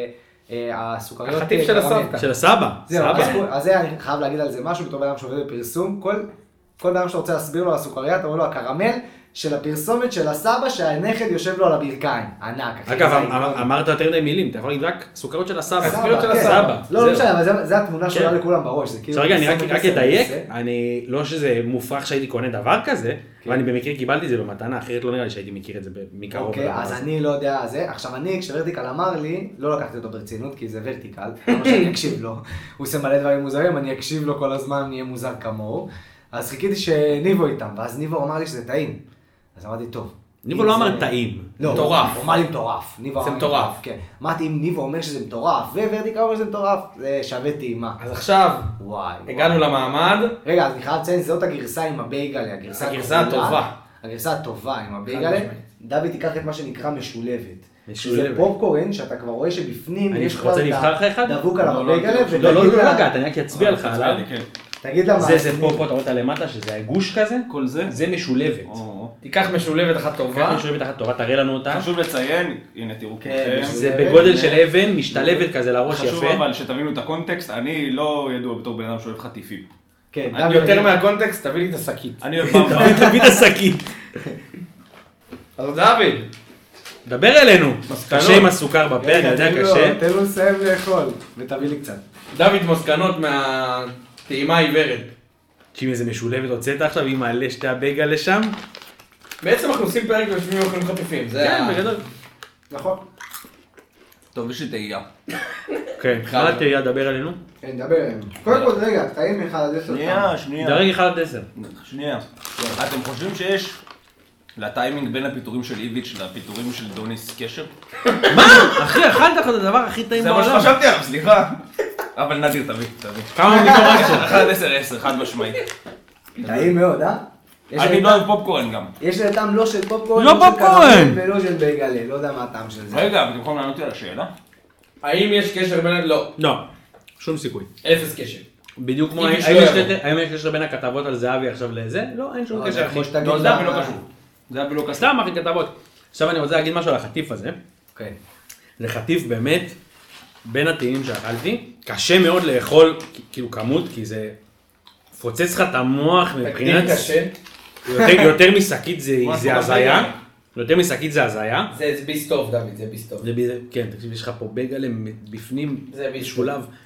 הסוכריות... החטיף של הסבתא. של הסבא. זהו, סבא. אז זה אני חייב להגיד על זה משהו, בתור בן אדם שעובד בפרסום, כל בן אדם שאתה רוצה להסביר לו על הסוכריה, אתה אומר לו הקרמל של הפרסומת של הסבא שהנכד יושב לו על הברכיים, ענק. אגב, אמרת יותר מדי מילים, אתה יכול להגיד רק סוכריות של הסבא. הסוכריות של כן. הסבא. לא, לא משנה, אבל זה התמונה שעולה לכולם בראש. עכשיו רגע, אני רק אדייק, אני לא שזה מופרך שהייתי קונה דבר כזה, ואני במקרה קיבלתי את זה במתנה, אחרת לא נראה לי שהייתי מכיר את זה מקרוב. אוקיי, אז אני לא יודע זה. עכשיו אני, כשוורטיקל אמר לי, לא לקחתי אותו ברצינות, כי זה ורטיקל, למה שאני אקשיב לו. הוא עושה מלא דברים מוזרים, אני אקשיב לו כל הזמן, נהיה מוזר כמוהו. אז חיכיתי שניבו איתם, ואז ניבו אמר לי שזה טעים. אז אמרתי, טוב. ניבו לא אמר טעים. לא, מטורף. הוא אמר לי מטורף. זה מטורף. כן. אמרתי, אם ניבו אומר שזה מטורף, וורטיקל אומר שזה מטורף, זה שווה טעימה. אז עכשיו, וואי. הגענו למעמד. רגע, אז אני חייב לציין, זאת הגרסה עם הבייגלה, הגרסה הגרסה הטובה. הגרסה הטובה עם הבייגלה. דוד תיקח את מה שנקרא משולבת. משולבת. זה פופקורן שאתה כבר רואה שבפנים אני יש כבר רוצה לבחר לך אחד? דבוק על לא, לא, הבייגלה. לא, לא, לא, ותגיד לא לה- לגעת, אני רק אצביע לך עליו. תגיד לה זה, זה פה, פה, אתה רואה את הלמטה, שזה הגוש כזה? כל זה? זה משולבת. או, תיקח משולבת אחת ככה טובה. משולבת אחת טובה, תראה לנו אותה. חשוב לציין, הנה תראו כן, כולכם. זה משולבת, בגודל ו- של אבן, משתלבת כזה לראש חשוב יפה. אבל שתבינו את הקונטקסט, אני לא ידוע בתור בן אדם שאוהב חטיפים. כן, אני דוד, יותר אני- מהקונטקסט, תביא לי את השקית. אני אוהב במבה. תביא את השקית. אז דוד, דבר אלינו. מסקנות. קשה עם הסוכר בפה, אני רגע, יודע תן לו- קשה. תן לו לסיים לאכול, ותביא לי קצת. דוד מסקנות מהטעימה העיוורת. תשמעי איזה משולבת הוצאת עכשיו, היא מעלה שתי הבייגה לשם. בעצם אנחנו עושים פרק ויושבים ואוכלים חטיפים. זה כן, ה- בגדול. נכון. טוב, יש לי תהייה. כן, מה תהיה, דבר אלינו? כן, דבר אלינו. קודם כל, רגע, טעים אחד עד עשר. שנייה, שנייה. דרג אחד עד עשר. שנייה. אתם חושבים שיש לטיימינג בין הפיטורים של איביץ' לפיטורים של דוניס קשר? מה? אחי, אכלת לך את הדבר הכי טעים זה מה בעולם. שחשבתי עליו, סליחה. אבל נדיר, תביא, תביא. כמה מתורק שלך? אחד עשר עשר, חד משמעית. טעים מאוד, אה? יש אני להם לא טעם- אוהב פופקורן גם. יש להם טעם לא של פופקורן, לא של פופקורן! קרמל ולא של בייגלה, לא יודע מה הטעם של זה. רגע, אבל אתם יכולים לענות לי על השאלה? האם יש קשר בין... לא, לא, שום סיכוי. אפס קשר. בדיוק כמו, איביץ' האם לא יש יבוא. קשר- האם יש קשר בין הכתבות על זהבי עכשיו לזה? לא, אין שום לא, קשר זה אחי. כמו שתגיד לא, זה לה- אפילו לא קשור. זה אפילו לא קשור. סתם אחי כתבות. עכשיו אני רוצה להגיד משהו על החטיף הזה. אוקיי. זה חטיף באמת, בין הטעימים שאכלתי, קשה מאוד לאכול, כאילו כמות, כי זה פוצץ לך את המוח מבחינת... תקדים קשה. יותר, יותר משקית זה, מה, זה כמו הזיה. בבייגלה? יותר משקית זה הזיה. זה ביס טוב, דוד, זה ביס טוב. זה, ב- כן, תקשיב, יש לך פה בייגלה בפנים, זה ביס משולב.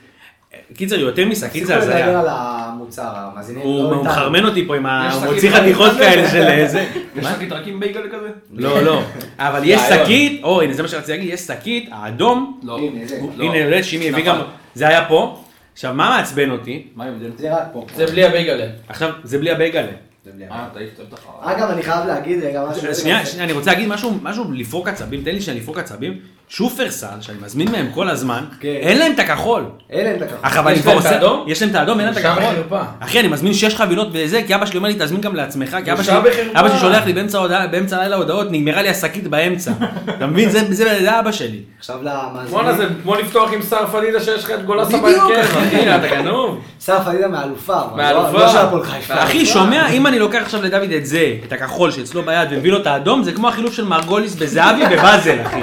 קיצר, יותר משקית זה תפסיקו לדבר הזיה. על המוצר, המאזינים. הוא מחרמן אותי פה עם יש המוציא שקית חתיכות כזה? כאלה של איזה. יש שקית רק עם בייגל כזה? לא, לא. אבל יש רעיון. שקית, או הנה זה מה שרציתי להגיד, יש שקית, האדום, לא. הנה, זה. לא. הנה יולד שימי הביא נפל. גם, זה היה פה. עכשיו מה מעצבן אותי? מה ההבדל? זה רק פה. זה בלי הבייגלה. עכשיו זה בלי הבייגלה. זה בלי אה, אתה הפתעת לך. אגב, אני חייב להגיד רגע משהו. שנייה, שנייה, אני רוצה להגיד משהו, משהו לפרוק עצבים, תן לי שנייה לפרוק עצבים. שופרסל, שאני מזמין מהם כל הזמן, כן. אין להם את הכחול. אין להם את הכחול. אך, אבל יש אני כבר להם את עושה, האדום? יש להם את האדום, אין להם את בושה הכחול. וחרפה. אחי, אני מזמין שש חבילות וזה, כי אבא שלי אומר לי, תזמין גם לעצמך, כי אבא בושה שלי, וחרפה. אבא שלי שולח לי באמצע ההודעה- באמצע הלילה הודעות, נגמרה לי השקית באמצע. אתה מבין? זה זה- זה אבא שלי. עכשיו למאזינים. בואנה זה כמו לפתוח עם שר פדידה שיש לך את גולסה בדיוק, בהרכב, אחי. אחי, אתה גנוב. שר פדידה מאלופה. אבל מאלופה. לא- לא של הפועל חיפה. אחי, שומע, אם אני לוקח עכשיו לדוד את זה, את הכחול שאצלו ביד, ומביא לו את האדום, זה כמו החילוף של מרגוליס בזהבי בבאזל, אחי.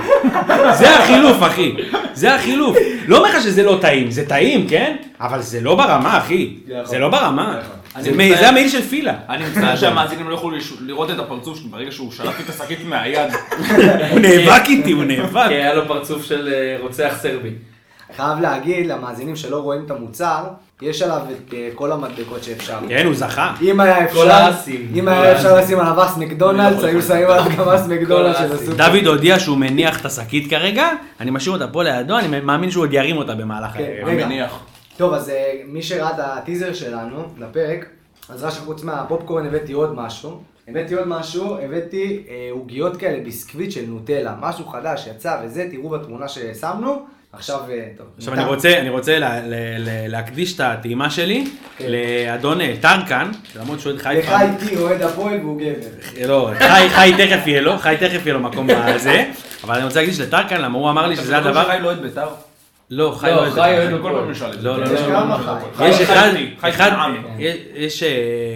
זה החילוף, אחי. זה החילוף. לא אומר לך שזה לא טעים, זה טעים, כן? אבל זה לא ברמה, אחי. זה לא ברמה. זה אני מ- מצטער. זה המעיל של פילה. אני מצטער שהמאזינים לא יכולו לש- לראות את הפרצוף שלי ברגע שהוא שלף לי את השקית מהיד. הוא נאבק איתי, הוא נאבק. כי היה לו פרצוף של אה, רוצח סרבי. חייב להגיד למאזינים שלא רואים את המוצר, יש עליו את אה, כל המדבקות שאפשר. כן, הוא זכה. אם היה כל אפשר, האסים. אם כל היה אפשר האסים. לשים עליו אס מקדונלדס, היו שמים עליו גם אס מקדונלדס של האסים. הסופר. דוד הודיע שהוא מניח את השקית כרגע, אני משאיר אותה פה לידו, אני מאמין שהוא עוד ירים אותה במהלך כן. הערב. רגע. המניח. טוב, אז אה, מי שראה את הטיזר שלנו לפרק, אז רק שחוץ מהפופקורן הבאתי עוד משהו. הבאתי עוד משהו, הבאתי אה, עוגיות כאלה, ביסקוויט של נוטלה, משהו חדש יצא וזה, תראו בתמונה ששמנו. עכשיו, אה, טוב. עכשיו ניתן. אני רוצה, אני רוצה לה, ל, ל, להקדיש את הטעימה שלי כן. לאדון אה, טרקן, למרות שהוא אוהד חיפה. וחי איתי אוהד הפועל והוא גבר. לא, חי, חי תכף יהיה לו, חי תכף יהיה לו מקום בזה, אבל אני רוצה להקדיש לטרקן, למה הוא אמר לי שזה הדבר... חי לא אוהד בית"ר? לא, חי לא, לא אוהד חי בית"ר. אוהד כל פעם נשאל את זה. לא, לא, יש לא, כמה לא, חי. יש חי אחד, חי, חי אחד, כנעני. יש- יש, אה,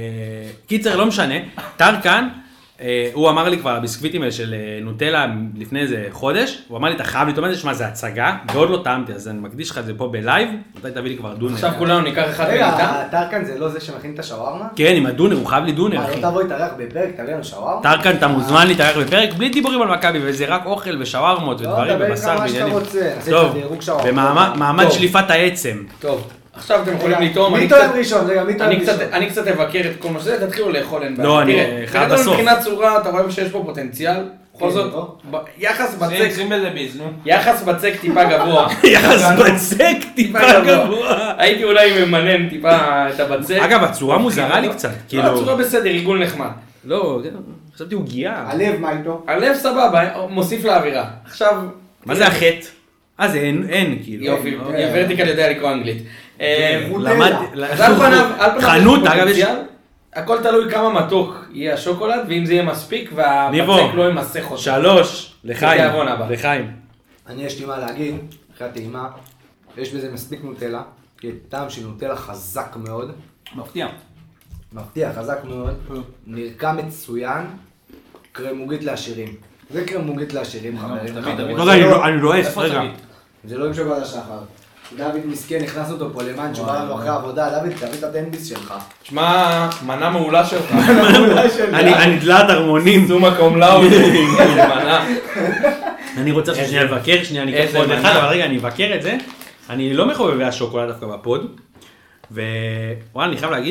קיצר, לא משנה, טרקן, אה, הוא אמר לי כבר, הביסקוויטים האלה של אה, נוטלה לפני איזה חודש, הוא אמר לי, אתה חייב לטעום את זה, שמע, זה הצגה, ועוד לא טעמתי, אז אני מקדיש לך את זה פה בלייב, מתי תביא לי כבר דונר. עכשיו כולנו ניקח אחד רגע, מאיתה. הטרקן זה לא זה שמכין את השווארמה? כן, עם הדונר, הוא חייב לי דונר, מה, אחי. לא תבוא להתארח בפרק, תביא לנו שווארמה? טרקן, אתה מוזמן להתארח בפרק, בלי דיבורים על מכבי, וזה רק אוכל ושווארמות לא, ודברים דבר ובשר איתך מה שאתה ועניינים. רוצה, נעשה טוב, קצת דירוג שווארמה. במעמד טוב. שליפת העצם. טוב, עכשיו אתם יכולים רגע, לטעום. מי אני טועם קצת- ראשון? רגע, מי טועם אני ראשון? קצת, אני קצת אבקר את כל מה שזה, תתחילו לאכול אין בעיה. לא, אני- תראה, חייב בגדול בסוף. מבחינת צורה, אתה רואה שיש פה פוטנציאל. בכל כן, זאת, לא? ב- יחס בצק, שים בזה ביז, נו. יחס בצק טיפה גבוה. יחס בצק טיפה גבוה. הייתי אולי ממנן טיפה את הבצק. אגב, הצורה מוזרה לי קצת, לא, כאילו... הצורה בסדר, עיגול נחמד. לא, חשבתי עוגיה. הלב, מה איתו? הלב סבבה, מוסיף לאווירה. עכשיו... מה זה החטא? אה, זה אין, אין, כאילו. יופי, אוקיי. ורטיקל יודע לקרוא אנגלית. אה, נוטלה. למד... אז על פניו, על פניו יש חנות, פה אגב, יש... פוטנציאל. הכל תלוי כמה מתוק יהיה השוקולד, ואם זה יהיה מספיק, ניבו. והבצק לא ימסך אותו. שלוש, לחיים, תיאבון הבא. לחיים. אני יש לי מה להגיד, אחרי הטעימה, יש בזה מספיק נוטלה, כי טעם של נוטלה חזק מאוד, מפתיע. מבטיח, חזק מאוד, נרקם מצוין, קרמוגית לעשירים. זה קרמוגית לעשירים, חברים. תמיד, חברות. תמיד. לא יודע, אני זה לא- אני לועס, איפה רגע. תמיד? זה לא עם שוקולד השחר. דוד מסכן, הכנסנו אותו פה למען שבא לנו אחרי העבודה, דוד, תביא את הטנביס שלך. שמע, מנה מעולה שלך. אני אני דלת הרמונים. סומה קומלאוט. איזה מנה. אני רוצה עכשיו שנייה לבקר, שנייה אני אקח איזה עוד מנה. אחד, אבל רגע, אני אבקר את זה. אני לא מחובבי השוקולד דווקא בפוד. ווואלה, אני חייב להגיד,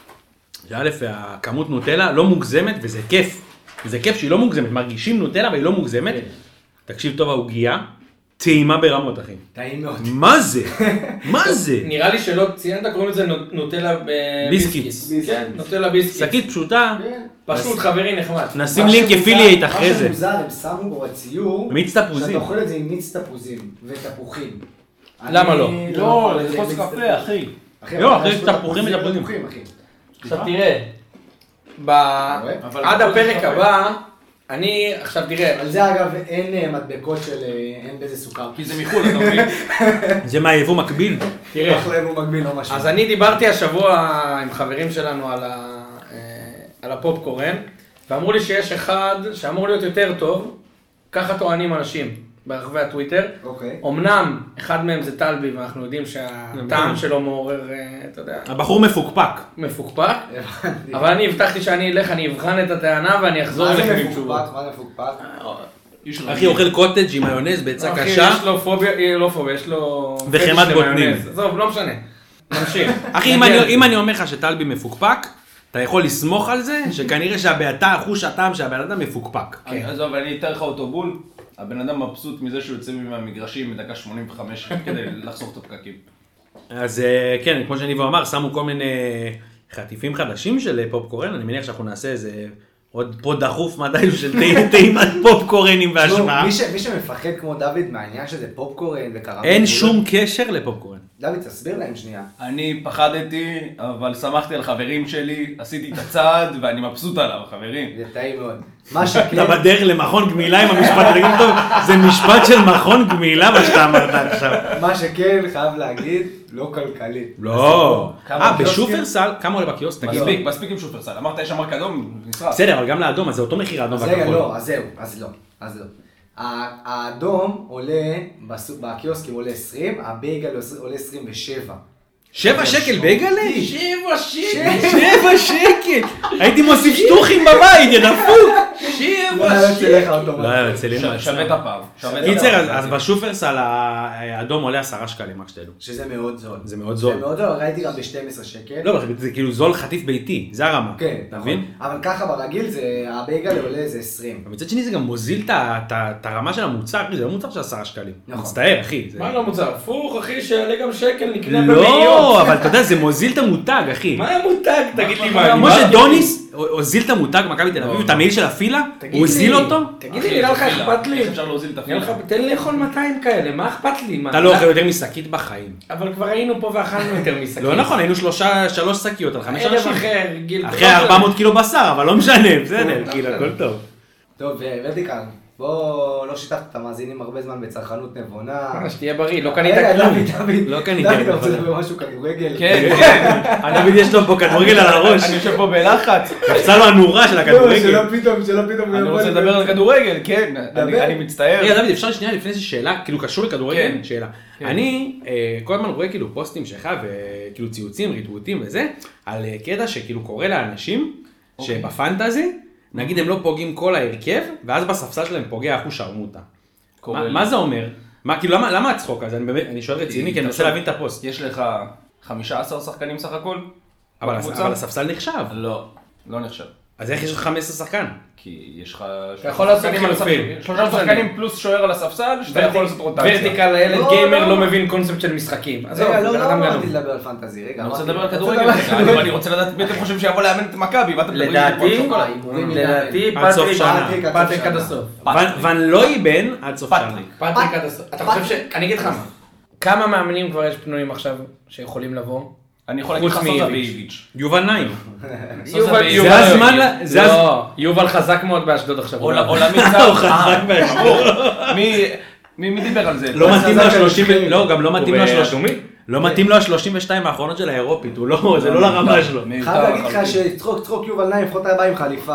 שא' הכמות נוטלה לא מוגזמת, וזה כיף. וזה כיף שהיא לא מוגזמת, מרגישים נוטלה והיא לא מוגזמת. תקשיב טוב, העוגיה, טעימה ברמות, אחי. טעים מאוד. מה זה? מה זה? נראה לי שלא ציינת, קוראים לזה נו- נוטלה ביסקיט. ביסקיט. כן, נוטלה ביסקיט. שקית פשוטה, כן. פשוט חברי נחמד. נשים מה לינק שמוזר- אפילייט אחרי זה. מה שמוזר, הם שמו בו בציור, מיץ תפוזים. שאתה אוכל את זה עם מיץ תפוזים ותפוחים. למה אני לא? לא, אוכל את זה עם כוס מיץ קפה, תפוזים. אחי. אחי, לא, אבל יש יש פה תפוחים ותפוזים. אחי. עכשיו תראה, ב- אבל עד בכל הפרק זאת הבא, אני, עכשיו תראה, על זה אגב אין אה, מדבקות של, אה, אין בזה סוכר. כי זה מחו"ל, אתה מבין? זה מהיבוא מקביל. תראה, אחלה הוא מגביל, לא משהו. אז אני דיברתי השבוע עם חברים שלנו על, ה, אה, על הפופקורן, ואמרו לי שיש אחד שאמור להיות יותר טוב, ככה טוענים אנשים ברחבי הטוויטר. אוקיי. אמנם אחד מהם זה טלבי, ואנחנו יודעים שהטעם שלו מעורר, אה, אתה יודע, הבחור מפוקפק. מפוקפק, הבנתי. אבל אני הבטחתי שאני אלך, אני אבחן את הטענה ואני אחזור מה אליכם זה עם תשובות. מפוקפק? מה זה מפוקפק? אחי אוכל קוטג' עם מיונז בעצה קשה. אחי, יש לו פוביה, לא פוביה, יש לו... וחמת בוטנים. עזוב, לא משנה. נמשיך. אחי, אם אני אומר לך שטלבי מפוקפק, אתה יכול לסמוך על זה, שכנראה שהבעתה, חוש הטעם שהבן אדם מפוקפק. עזוב, אני אתאר לך אותו בול. הבן אדם מבסוט מזה שהוא יוצא מהמגרשים בדקה שמונים וחמש כדי לחסוך את הפקקים. אז כן, כמו שניבו אמר, שמו כל מיני חטיפים חדשים של פופקורן, אני מניח שאנחנו נעשה איזה עוד פה דחוף מתישהו של טעימת פופקורנים והשמעה. מי שמפחד כמו דוד מהעניין שזה פופקורן וקרמל. אין שום קשר לפופקורן. דוד, תסביר להם שנייה. אני פחדתי, אבל שמחתי על חברים שלי, עשיתי את הצעד ואני מבסוט עליו, חברים. זה טעים מאוד. מה שכן... אתה בדרך למכון גמילה עם המשפט, תגיד טוב, זה משפט של מכון גמילה מה שאתה אמרת עכשיו. מה שכן, חייב להגיד, לא כלכלי. לא. אה, בשופרסל, כמה עולה בקיוסק? מספיק, מספיק עם שופרסל. אמרת, יש שם רק אדום, נשרף. בסדר, אבל גם לאדום, אז זה אותו מחיר האדום והכחול. אז לא, אז זהו, אז לא, אז לא. האדום עולה, בקיוסקים עולה עשרים, הבייגל עולה עשרים ושבע. שבע שקל בייגלה? שבע שקל! שבע שקל! הייתי מוסיף שטוחים בבית, יא דפוק! שבע שקל! לא היה יוצא לי מה. שווה את הפער. קיצר, אז בשופרסל האדום עולה עשרה שקלים, רק שתדעו. שזה מאוד זול. זה מאוד זול. זה מאוד זול, ראיתי גם ב-שנים עשר שקל. לא, זה כאילו זול חטיף ביתי, זה הרמה. כן, אתה מבין? אבל ככה ברגיל, הבייגל עולה איזה עשרים. מצד שני זה גם מוזיל את הרמה של המוצר, זה לא מוצר של עשרה שקלים. נכון. מצטער, אחי. מה לא מוצר? הפוך, אחי, שיעלה גם שקל, נקנה לא, במאיות. אבל אתה יודע, זה מוזיל את המותג, אחי. מה המותג? תגיד לי מה. משה דוניס הוזיל את המותג מכבי תל אביב, את המעיל של הפילה, הוא הוזיל אותו. תגיד לי, נראה לך אכפת לי. איך אפשר להוזיל את הפילה? תן לאכול מאתיים כאלה, מה אכפת לי? אתה לא אוכל יותר משקית בחיים. אבל כבר היינו פה ואכלנו יותר משקית. לא נכון, היינו שלוש שקיות על חמש ערב אנשים. אחר, גיל... אחרי ארבע מאות קילו בשר, אבל לא משנה, בסדר, כאילו, הכל טוב. טוב, ורדיקל, בוא לא שיתפת את המאזינים הרבה זמן בצרכנות נבונה. שתהיה בריא, לא קנית רגע, כלום. דוד, דוד, לא קנית דוד, כלום. אתה רוצה לדבר משהו כדורגל? כן, כן. דוד יש לו פה כדורגל על הראש. אני יושב פה בלחץ. קפצה לו הנורה של לא, הכדורגל. שלא פתאום, שלא פתאום. אני רוצה לדבר על כדורגל, כן. אני אני מצטער. רגע, דוד, אפשר שנייה לפני איזו שאלה, כאילו קשור לכדורגל? כן. שאלה. אני כל הזמן רואה כאילו פוסטים שלך וכאילו ציוצים, ריטווטים וזה, על קטע שכאילו קורא לאנשים שבפנטזי, נגיד הם לא פוגעים כל ההרכב, ואז בספסל שלהם פוגע אחוז שרמוטה. מה זה אומר? מה, כאילו, למה הצחוק הזה? אני שואל רציני, כי אני מנסה להבין את הפוסט. יש לך חמישה עשר שחקנים סך הכל? אבל הספסל נחשב. לא, לא נחשב. אז איך יש לך חמישה עשר שחקן? כי יש לך... אתה יכול לעשות חילופים. שלושה שחקנים פלוס שוער על הספסל, שאתה יכול לעשות רוטציה. ורטיקל הילד גיימר לא מבין קונספט של משחקים. רגע, לא, לא אמרתי לדבר על פנטזי, רגע. אני רוצה לדבר על כדורגל, אני רוצה לדעת מי אתם חושבים שיבוא לאמן את מכבי, ואתם מדברים לדעתי, לדעתי פטריק עד הסוף. ון לא ייבן עד סוף שנה. פטריק עד הסוף. אתה חושב ש... אני אגיד לך מה. כמה מאמנים כבר יש פנויים עכשיו שיכולים לבוא? אני יכול להגיד לך סוזה ואיביץ'. יובל נעים. זה הזמן ל... לא, יובל חזק מאוד באשדוד עכשיו. עולמי צר. הוא חזק באשדוד. מי דיבר על זה? לא מתאים לו ה-שלושים, לא, גם לא מתאים לו ה-שלושים. לא מתאים לו ה-שלושים ושתיים האחרונות של האירופית, זה לא לרמה שלו. חייב להגיד לך שצחוק צחוק יובל נעים, לפחות הבא עם חליפה.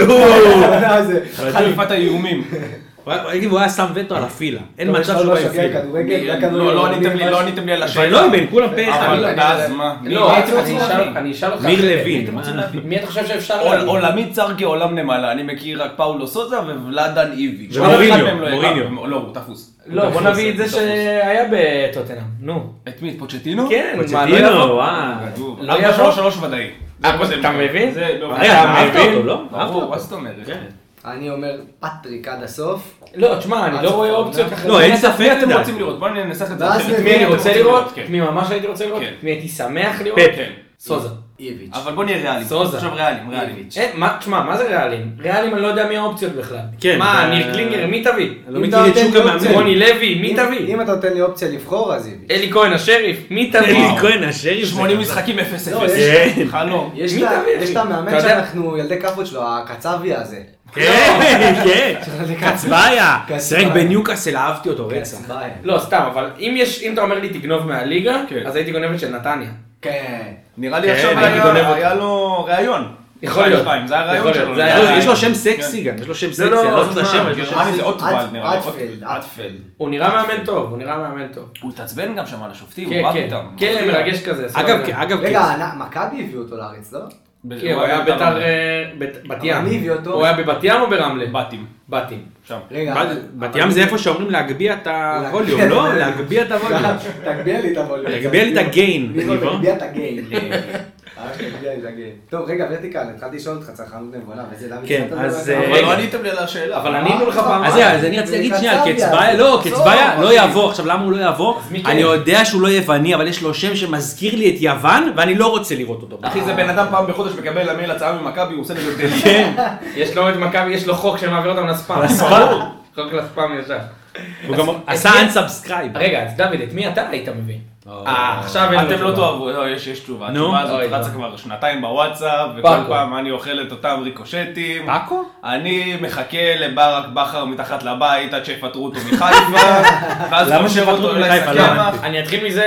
חליפת האיומים. הוא היה שם וטו על הפילה, אין מצב שהוא לא יפיל. לא עניתם לי על השאלה. ולא איבן, כולם פה אחד. אבל אז מה? לא, אני אשאל אותך. מיר לוין. מי אתה חושב שאפשר להגיד? עולמי צר כעולם נמלה, אני מכיר רק פאולו סוזה וולדן איביץ'. ומוריניו, מוריניו. לא, הוא תפוס. לא, בוא נביא את זה שהיה בטוטנהאם, נו. את מי? את פוצ'טינו? כן, פוצ'טינו, וואו. ארבע שלוש שלוש ודאי. אתה מבין? אתה מבין? לא? מה זאת אומרת? אני אומר פטריק עד הסוף. לא, תשמע, אני לא רואה אופציות אחרות. לא, אין ספק. מי אתם רוצים לראות? בואו ננסח את זה. את מי אני רוצה לראות? את מי ממש הייתי רוצה לראות? מי הייתי שמח לראות? סוזה. איביץ'. אבל בוא נהיה ריאליים. סוזה. עכשיו ריאליים, ריאליים. תשמע, מה זה ריאליים? ריאליים אני לא יודע מי האופציות בכלל. כן. מה, ניר קלינגר, מי תביא? לא מכיר את שוק המאמן. רוני לוי, מי תביא? אם אתה נותן לי אופציה לבחור, אז איביץ'. אלי כהן השריף, מי תביא? אלי כהן השריף. שמונים משחקים אפס אפס. חלום. יש את המאמן שאנחנו ילדי כאפות שלו, הקצבי הזה. כן, כן. קצביה. שרק בניוקאסל אהבתי אותו רצח. לא, סתם, אבל אם אתה אומר לי תגנוב מהליגה, אז הייתי גונבת של נתניה. כן. נראה לי עכשיו היה לו ראיון. יכול להיות. זה היה ראיון שלו. יש לו שם סקסי גם, יש לו שם סקסי. לא זוכר את השם. גרמני זה אוטוולד נראה לי. אטפלד, אטפלד. הוא נראה מאמן טוב, הוא נראה מאמן טוב. הוא התעצבן גם שם על השופטים, הוא רב איתם. כן, מרגש כזה. אגב, אגב, רגע, מכבי הביאו אותו לארץ, לא? כן, הוא היה בית"ר בת ים. הוא היה בבת ים או ברמלה? בתים. בתים. שם. בת ים זה איפה שאומרים להגביה את הווליום, לא? להגביה את הווליום. תגביה לי את הווליום. להגביה לי את הגיין. להגביה את הגיין. טוב, רגע, ורטיקל, התחלתי לשאול אותך, צרכנות נבונה, וזה למה... כן, אז... אבל לא עניתם לי על השאלה. אבל ענינו לך פעם. אז אני רציתי להגיד שנייה, קצביה, לא, קצביה לא יבוא. עכשיו, למה הוא לא יבוא? אני יודע שהוא לא יווני, אבל יש לו שם שמזכיר לי את יוון, ואני לא רוצה לראות אותו. אחי, זה בן אדם פעם בחודש מקבל למייל הצעה ממכבי, הוא עושה נגד דלי. כן. יש לו את מכבי, יש לו חוק שמעביר אותם לספאם. לספאם. חוק לספאם ישר. הוא גם עשה unsubscribe. רגע, אז דוד, את מי אתה היית מביא? אה, עכשיו אין לו אתם תשובה. לא תאהבו, לא, יש יש תשובה. התשובה הזאת אוי, רצה לא. כבר שנתיים בוואטסאפ, וכל פאקו. פעם אני אוכל את אותם ריקושטים. פאקו? אני מחכה לברק בכר מתחת לבית עד שיפטרו אותו מחיפה, ואז למה חושב שיפטרו אותו אותו אולי מחיפה? לא סכמח. הבנתי. אני אתחיל מזה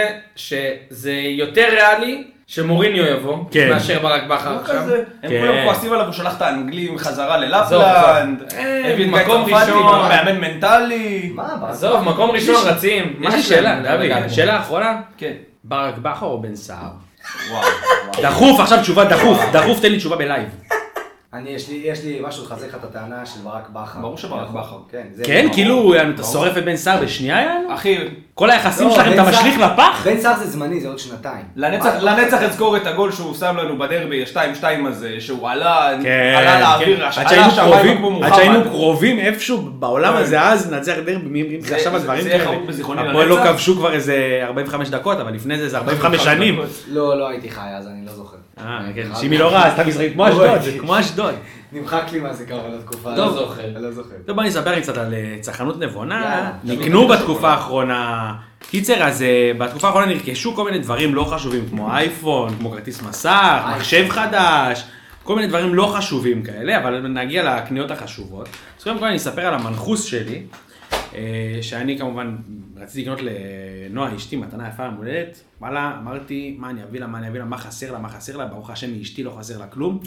שזה יותר ריאלי שמוריניו יבוא, כן. מאשר ברק בכר הוא עכשיו. כזה, הם כן. כולם כועסים עליו, הוא שלח את האנגלים חזרה עזוב, ללפלנד, אה, הביא את מקום גיא צרפתי, ראשון. מאמן מנטלי. מה? עזוב, מקום ראשון רצים. יש לי מה שאלה, שלהם? דוד, שאלה אחרונה. כן. ברק בכר או בן סער? וואו. דחוף, עכשיו תשובה דחוף, דחוף תן לי תשובה בלייב. אני, יש לי, יש לי משהו לחזק לך את הטענה של ברק בכר. ברור שברק בכר. כן, זה... כן, כאילו, אתה שורף את בן סער בשנייה יענו? אחי, כל היחסים לא, שלכם אתה בן סער- משליך לפח? בן סער זה זמני, זה עוד שנתיים. לנצח, לנצח אזכור את הגול שהוא שם לנו בדרבי, ה-שתיים שתיים הזה, שהוא עלה, כן, עלה לאוויר, כן. עלה עד שהיינו שהמים קרובים- כמו עד מוחמד. שהיינו קרובים איפשהו בעולם כן. הזה אז נצח דרבי, מי אומרים זה- עכשיו זה- הדברים זה כאלה. חרוט בזיכרוני הפועל לא לנצח. כבשו כבר איזה ארבעים וחמש דקות, אבל לפני זה זה ארבעים וחמש שנים. לא, לא הייתי חי אז, אני לא זוכר. אה, כן, שימי לא רע, סתם מזרעים כמו אשדוד, זה כמו אשדוד. נמחק לי מה זה קרה לתקופה. לא הזאת. זוכר. אני לא זוכר. טוב, בוא נספר לי קצת על אה, צרכנות נבונה. יאללה. נקנו בתקופה האחרונה. קיצר, אז אה, בתקופה האחרונה נרכשו כל מיני דברים לא חשובים, כמו אייפון, כמו כרטיס מסך, מחשב חדש, כל מיני דברים לא חשובים כאלה, אבל נגיע לקניות החשובות. אז קודם כל אני אספר על המנחוס שלי, אה, שאני כמובן רציתי לקנות לנועה אשתי מתנה יפה למולדת. וואלה, אמרתי, מה אני אביא לה, מה אני אביא לה, מה חסר לה, מה חסר לה, ברוך השם מאשתי לא חסר לה כלום.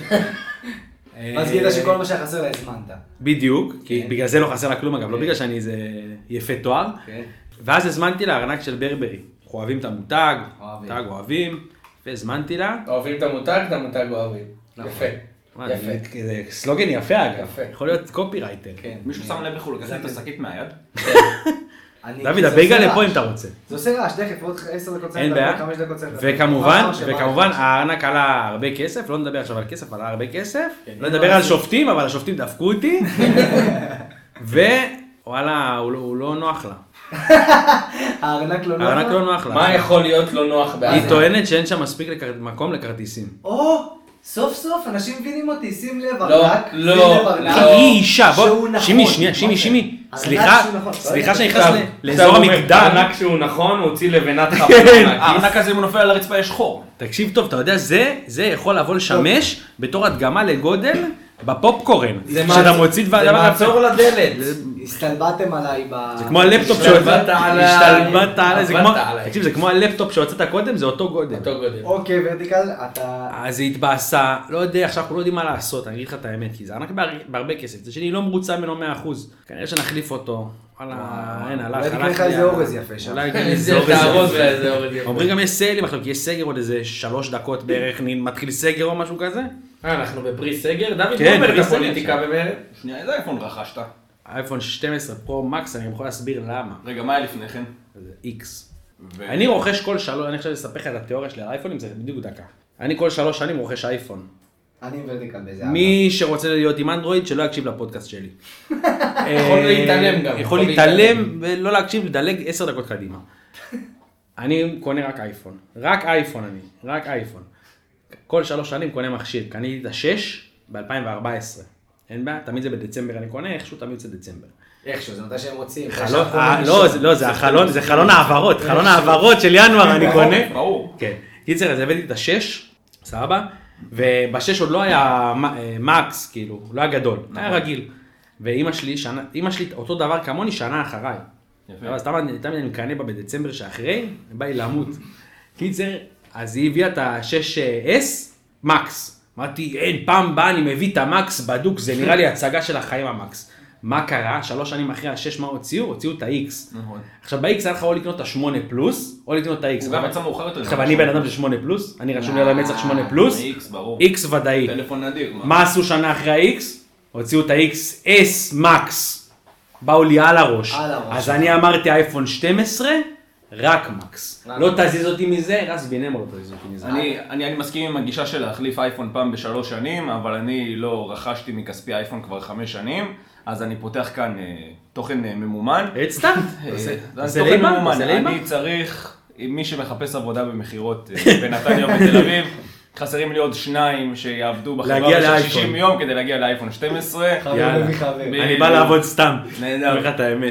אז גילת שכל מה שחסר לה הזמנת. בדיוק, כי כן. בגלל זה לא חסר לה כלום אגב, לא בגלל שאני איזה יפה תואר. כן. ואז הזמנתי לה ארנק של ברברי. אנחנו אוהבים את המותג, אוהבים. מותג אוהבים, והזמנתי לה. אוהבים את המותג, את המותג אוהבים. יפה. מה, יפה. זה- זה סלוגן יפה אגב, יפה. יכול להיות קופירייטר. כן. מישהו שם לב איך הוא לקח את השקית מהיד? אני- דוד, זה הבייגה עושה לפה אם רעש. אתה רוצה. זה עושה רעש, תכף עוד עשר דקות אין סנטר, בעיה. חמש דקות סנטר. וכמובן, ממש שבא וכמובן לך. הארנק עלה הרבה כסף, לא נדבר עכשיו על כסף, עלה הרבה כסף. כן. לא נדבר על שופטים, אבל השופטים דפקו אותי. ווואלה, הוא לא- הוא לא נוח לה. הארנק לא נוח. הארנק לא נוח לה. מה יכול להיות לא נוח בעזה? היא טוענת שאין שם מספיק לכר- מקום לכרטיסים. או, סוף סוף אנשים מבינים אותי, שים לב, לא, ארנק, לא, שים לב, ארנק. לא. היא אישה, שהוא בוא, נכון. שימי, שנייה, שימי, אוקיי. שימי. ארנק סליחה, שהוא נכון. סליחה לא, שאני עכשיו- נכנס ל- לאזור המגדל. הענק שהוא נכון, הוא הוציא לבנת כן. חבלה. הארנק הזה אם הוא נופל על הרצפה יש חור. תקשיב טוב, אתה יודע, זה, זה יכול לבוא לשמש בתור הדגמה לגודל בפופקורן. זה שאתה מעצ- מוציא דבר זה מעצור לדלת. הסתלבטתם עליי ב... זה כמו הלפטופ השתלבט שהוצאת, עליי. השתלבט עליי, זה כמו, עבדת עליי. תקשיב, זה כמו הלפטופ שהוצאת קודם, זה אותו גודל. אותו גודל. אוקיי, ורטיקל, אתה... אז היא התבאסה, לא יודע, עכשיו אנחנו לא יודעים מה לעשות, אני אגיד לך את האמת, כי זה ענק בהר- בהרבה כסף, זה שאני לא מרוצה ממנו מאה אחוז, כנראה שנחליף אותו, וואלה, אין, הלך, אולי תקנה הלך לך איזה לי ה- אורז יפה שם. אולי גם איזה איזה אורז תארוז יפה. ואיזה אורז יפה. אומרים גם יש סיילים עכשיו, כי יש סגר עוד איזה שלוש דקות בערך, נ- מתחיל סגר או משהו כזה? אה, אנחנו בפרי סגר? דוד, כן, לא אומר פרי את סגר הפוליטיקה עכשיו. במרד. שנייה, איזה אייפון רכשת? אייפון שתים עשרה פרו מקס, אני יכול להסביר למה. רגע, מה היה לפני כן? זה איקס. ו- אני רוכש כל שלוש, אני עכשיו אספר לך את התיאוריה שלי על אייפונים, זה בדיוק דקה. אני כל שלוש שנים רוכש אייפון. אני עם ורטיקל בזה. מי שרוצה להיות עם אנדרואיד, שלא יקשיב לפודקאסט שלי. יכול להתעלם גם. יכול להתעלם ולא להקשיב, לדלג עשר דקות קדימה. אני קונה רק אייפון. רק אייפון אני, רק אייפון. כל שלוש שנים קונה מכשיר. קניתי את השש ב-אלפיים וארבע עשרה. אין בעיה, תמיד זה בדצמבר אני קונה, איכשהו תמיד זה דצמבר. איכשהו, זה מתי שהם רוצים. חלון, אה, לא, זה- לא, זה החלון, זה חלון העברות, חלון העברות של ינואר אני קונה. ברור. כן. קיצר, אז הבאתי את השש, סבבה, ובשש עוד לא היה מ- אה, מקס, כאילו, לא היה גדול, היה רגיל. ואימא שלי, שנה, אימא שלי אותו דבר כמוני שנה אחריי. יפה. אז תמיד תמיד אני מקנא בה בדצמבר שאחרי, בא לי למות. קיצר, אז היא הביאה את ה-שש אס מקס. אמרתי, אין, פעם באה אני מביא את המקס בדוק, זה נראה לי הצגה של החיים המקס. מה קרה? שלוש שנים אחרי ה-שש מה הוציאו? הוציאו את ה-X. נכון. עכשיו ב-X היה לך או לקנות את ה-שמונה פלוס, או לקנות את ה-X. הוא גם יצא מאוחר יותר. עכשיו אני בן אדם של שמונה פלוס, אני רשום לי על המצח שמונה פלוס. X, ברור. X ודאי. טלפון נדיר. מה עשו שנה אחרי ה-X? הוציאו את ה-X S Max. באו לי על הראש. על הראש. אז אני אמרתי אייפון שתים עשרה, רק מקס. לא תזיז אותי מזה, רס בינמו לא תזיז אותי מזה. אני, אני, אני מסכים עם הגישה של להחליף אייפון פעם בשלוש שנים, אבל אני לא רכשתי מכספי אייפון כבר חמש שנים, אז אני פותח כאן אה, תוכן אה, ממומן. אצטנט. אה, זה תוכן ממומן. אני צריך, מי שמחפש עבודה במחירות אה, בנתניה ובתל אביב, חסרים לי עוד שניים שיעבדו בחברה ב-שישים יום כדי להגיע לאייפון שתים עשרה. חבר מחבר. אני בא לעבוד סתם. נהדר. אומר לך את האמת.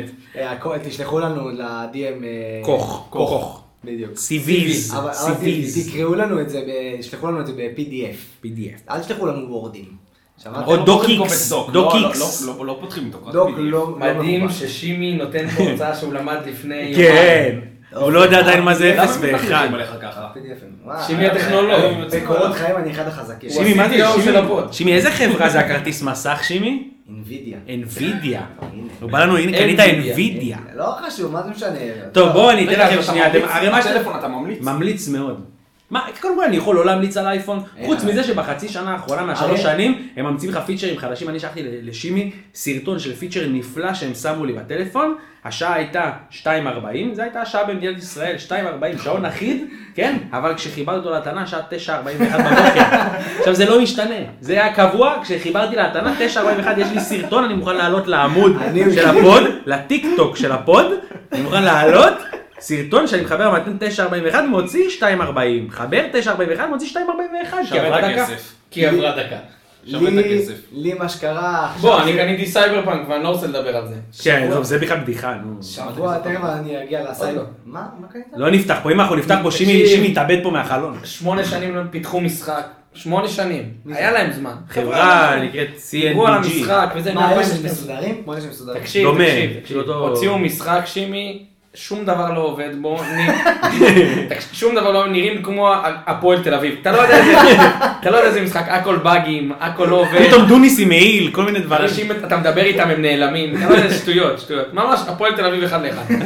תשלחו לנו ל-די אם... כוך. כוך. בדיוק. סיביז. אבל תקראו לנו את זה, תשלחו לנו את זה ב-פי די אף. פי די אף. אל תשלחו לנו וורדים. או דוק איקס. דוק איקס. לא פותחים דוק. דוק לא... מדהים ששימי נותן פה הוצאה שהוא למד לפני... כן. הוא לא יודע עדיין מה זה אפס ואחד. למה מתחילים עליך ככה? שימי הטכנולוג. בקורות חיים אני אחד החזקים. שימי, מה זה שימי? שימי, איזה חברה זה הכרטיס מסך, שימי? אינווידיה. אינווידיה. הוא בא לנו, הנה קנית אינווידיה. לא חשוב, מה זה משנה? טוב, בואו אני אתן לכם שנייה. הרי מה טלפון אתה ממליץ? ממליץ מאוד. מה, קודם כל אני יכול לא להמליץ על אייפון, חוץ מזה שבחצי שנה האחרונה מהשלוש שנים הם ממציאים לך פיצ'רים חדשים. אני שלחתי לשימי סרטון של פיצ'ר נפלא שהם שמו לי בטלפון, השעה הייתה שתיים ארבעים, זו הייתה השעה במדינת ישראל, שתיים ארבעים, שעון אחיד, כן, אבל כשחיברתי אותו להתנה שעה תשע ארבעים ואחת בבוקר. עכשיו זה לא משתנה, זה היה קבוע, כשחיברתי להתנה תשע ארבעים ואחת יש לי סרטון, אני מוכן לעלות לעמוד של הפוד, לטיק טוק של הפוד, אני מוכן לעלות סרטון שאני מחבר מתן תשע ארבעים ואחת מוציא שתיים ארבעים, חבר תשע ארבעים ואחת מוציא שתיים ארבעים ואחת, שווה את הכסף. כי עברה דקה. שווה את הכסף. לי מה שקרה עכשיו... בוא, אני קניתי סייבר פאנק ואני לא רוצה לדבר על זה. כן, זה בכלל בדיחה, נו. שבוע תכף אני אגיע לסייבר. מה? מה קנית? לא נפתח פה, אם אנחנו נפתח פה שימי יתאבד פה מהחלון. שמונה שנים הם פיתחו משחק. שמונה שנים. היה להם זמן. חברה נקראת סי אן דיברו על בי ג'י. המשחק וזה... מה, אלה שמסודרים? כמו אלה שמסודרים. תקשיב, דומה, תקשיב, כאילו תקשיב. אותו- הוציאו משחק שימי, שום דבר לא עובד בו, תקשיב, שום דבר לא נראים כמו הפועל תל אביב. אתה לא יודע איזה, אתה לא יודע איזה משחק, הכל באגים, הכל לא עובד. פתאום דוניס עם מעיל, כל מיני דברים. אנשים, אתה מדבר איתם, הם נעלמים, אתה לא יודע איזה שטויות, שטויות. ממש, הפועל תל אביב אחד לאחד.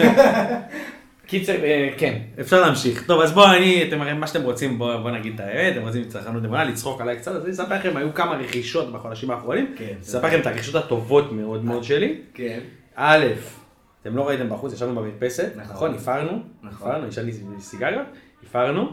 קיצר, אה, כן. אפשר להמשיך. טוב, אז בואו, אני, אתם הרי מה שאתם רוצים, בואו בוא נגיד את האמת, אתם רוצים צרכנות נבונה, לצחוק עליי קצת, אז אני אספר לכם, היו כמה רכישות בחודשים האחרונים. כן, אספר לכם את הרכישות הטובות מאוד מאוד שלי. כן. א', אתם לא ראיתם בחוץ, ישבנו במדפסת, נכון. נכון, הפרנו, נכון. הפרנו, ישבנו סיגריות, הפרנו,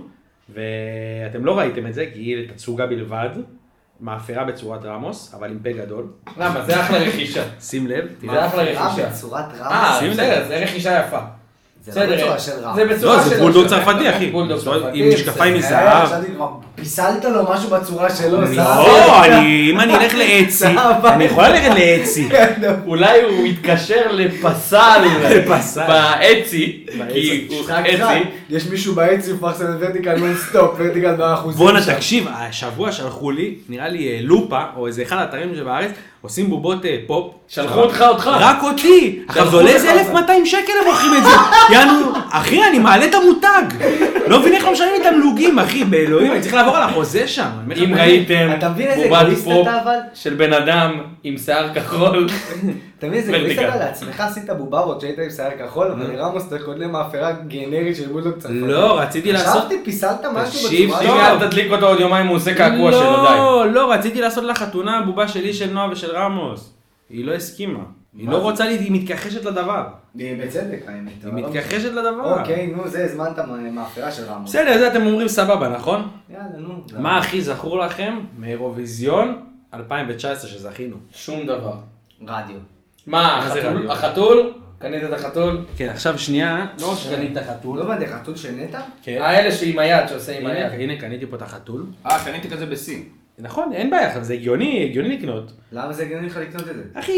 ואתם לא ראיתם את זה, כי היא תצוגה בלבד, מאפרה בצורת רמוס, אבל עם פה גדול. למה? זה אחלה רכישה. שים לב, זה אחלה מאפרה רכישה. בצורת אה, רמוס. שים בסדר, לב. זה רכישה יפה. זה לא בצורה של רמוס. זה בצורה לא, של... זה בולדוג צרפתי, אחי. בולדוג צרפתי. עם משקפיים אה, מזהב. חשבתי כבר, פיסלת לו משהו בצורה שלו. לא, אני, אם אני אלך לאצי, אני יכול ללכת לאצי. אולי הוא יתקשר לפסל. לפסל. באצי. כי הוא משחק אחד. אצי. יש מישהו באצי, הוא מפרסם את ורטיקל נון סטופ, ורטיקל באחוזים. בואנה, תקשיב, השבוע שלחו לי, נראה לי לופה, או איזה אחד האתרים שבארץ, עושים בובות אה, פופ. שלחו אותך אותך. רק אותי. עכשיו זה עולה איזה אלף מאתיים שקל הם מוכרים את זה. יענו, אחי, אני מעלה את המותג. לא מבין איך לא משלמים את המלוגים, אחי, באלוהים, אני צריך לעבור על החוזה שם. אני אומר לך, אם ראיתם אתה מבין איזה בובת אגואיסט פופ אתה אבל? של בן אדם עם שיער כחול. אתה מבין איזה אגואיסט ורטיקל. אתה לעצמך עשית בוברות שהיית עם שיער כחול, אבל רמוס אתה קודם מאפרה גנרית של בולדוג צרפתי. לא, רציתי לעשות... חשבתי, פיסלת משהו תקשיב, בצורה... שימי, אל תדליק אותו עוד יומיים, הוא עושה קעקוע שלו, די. לא, לא, רציתי לעשות לחתונה בובה שלי, של נועה ושל רמוס. היא לא הסכימה. היא לא רוצה לי, היא מתכחשת לדבר. בצדק, האמת. היא אבל לא מתכחשת לדבר. אוקיי, נו, זה הזמנת מאפרה של רמוס. בסדר, זה אתם אומרים סבבה, נכון? יאללה, נו. מה הכי זכור לכם מאירוויזיון אלפיים תשע עשרה שזכינו? שום דבר. רדיו. מה, מה זה החתול? רדיו? החתול? קנית את החתול? כן, עכשיו שנייה, לא שקנית החתול. לא הבנתי, חתול של נטע? כן. האלה שעם היד, שעושה עם הנה, היד. הנה, קניתי פה את החתול. אה, קניתי כזה בסין. נכון, אין בעיה, זה הגיוני, הגיוני לקנות. למה זה הגיוני לך לקנות את זה? אחי,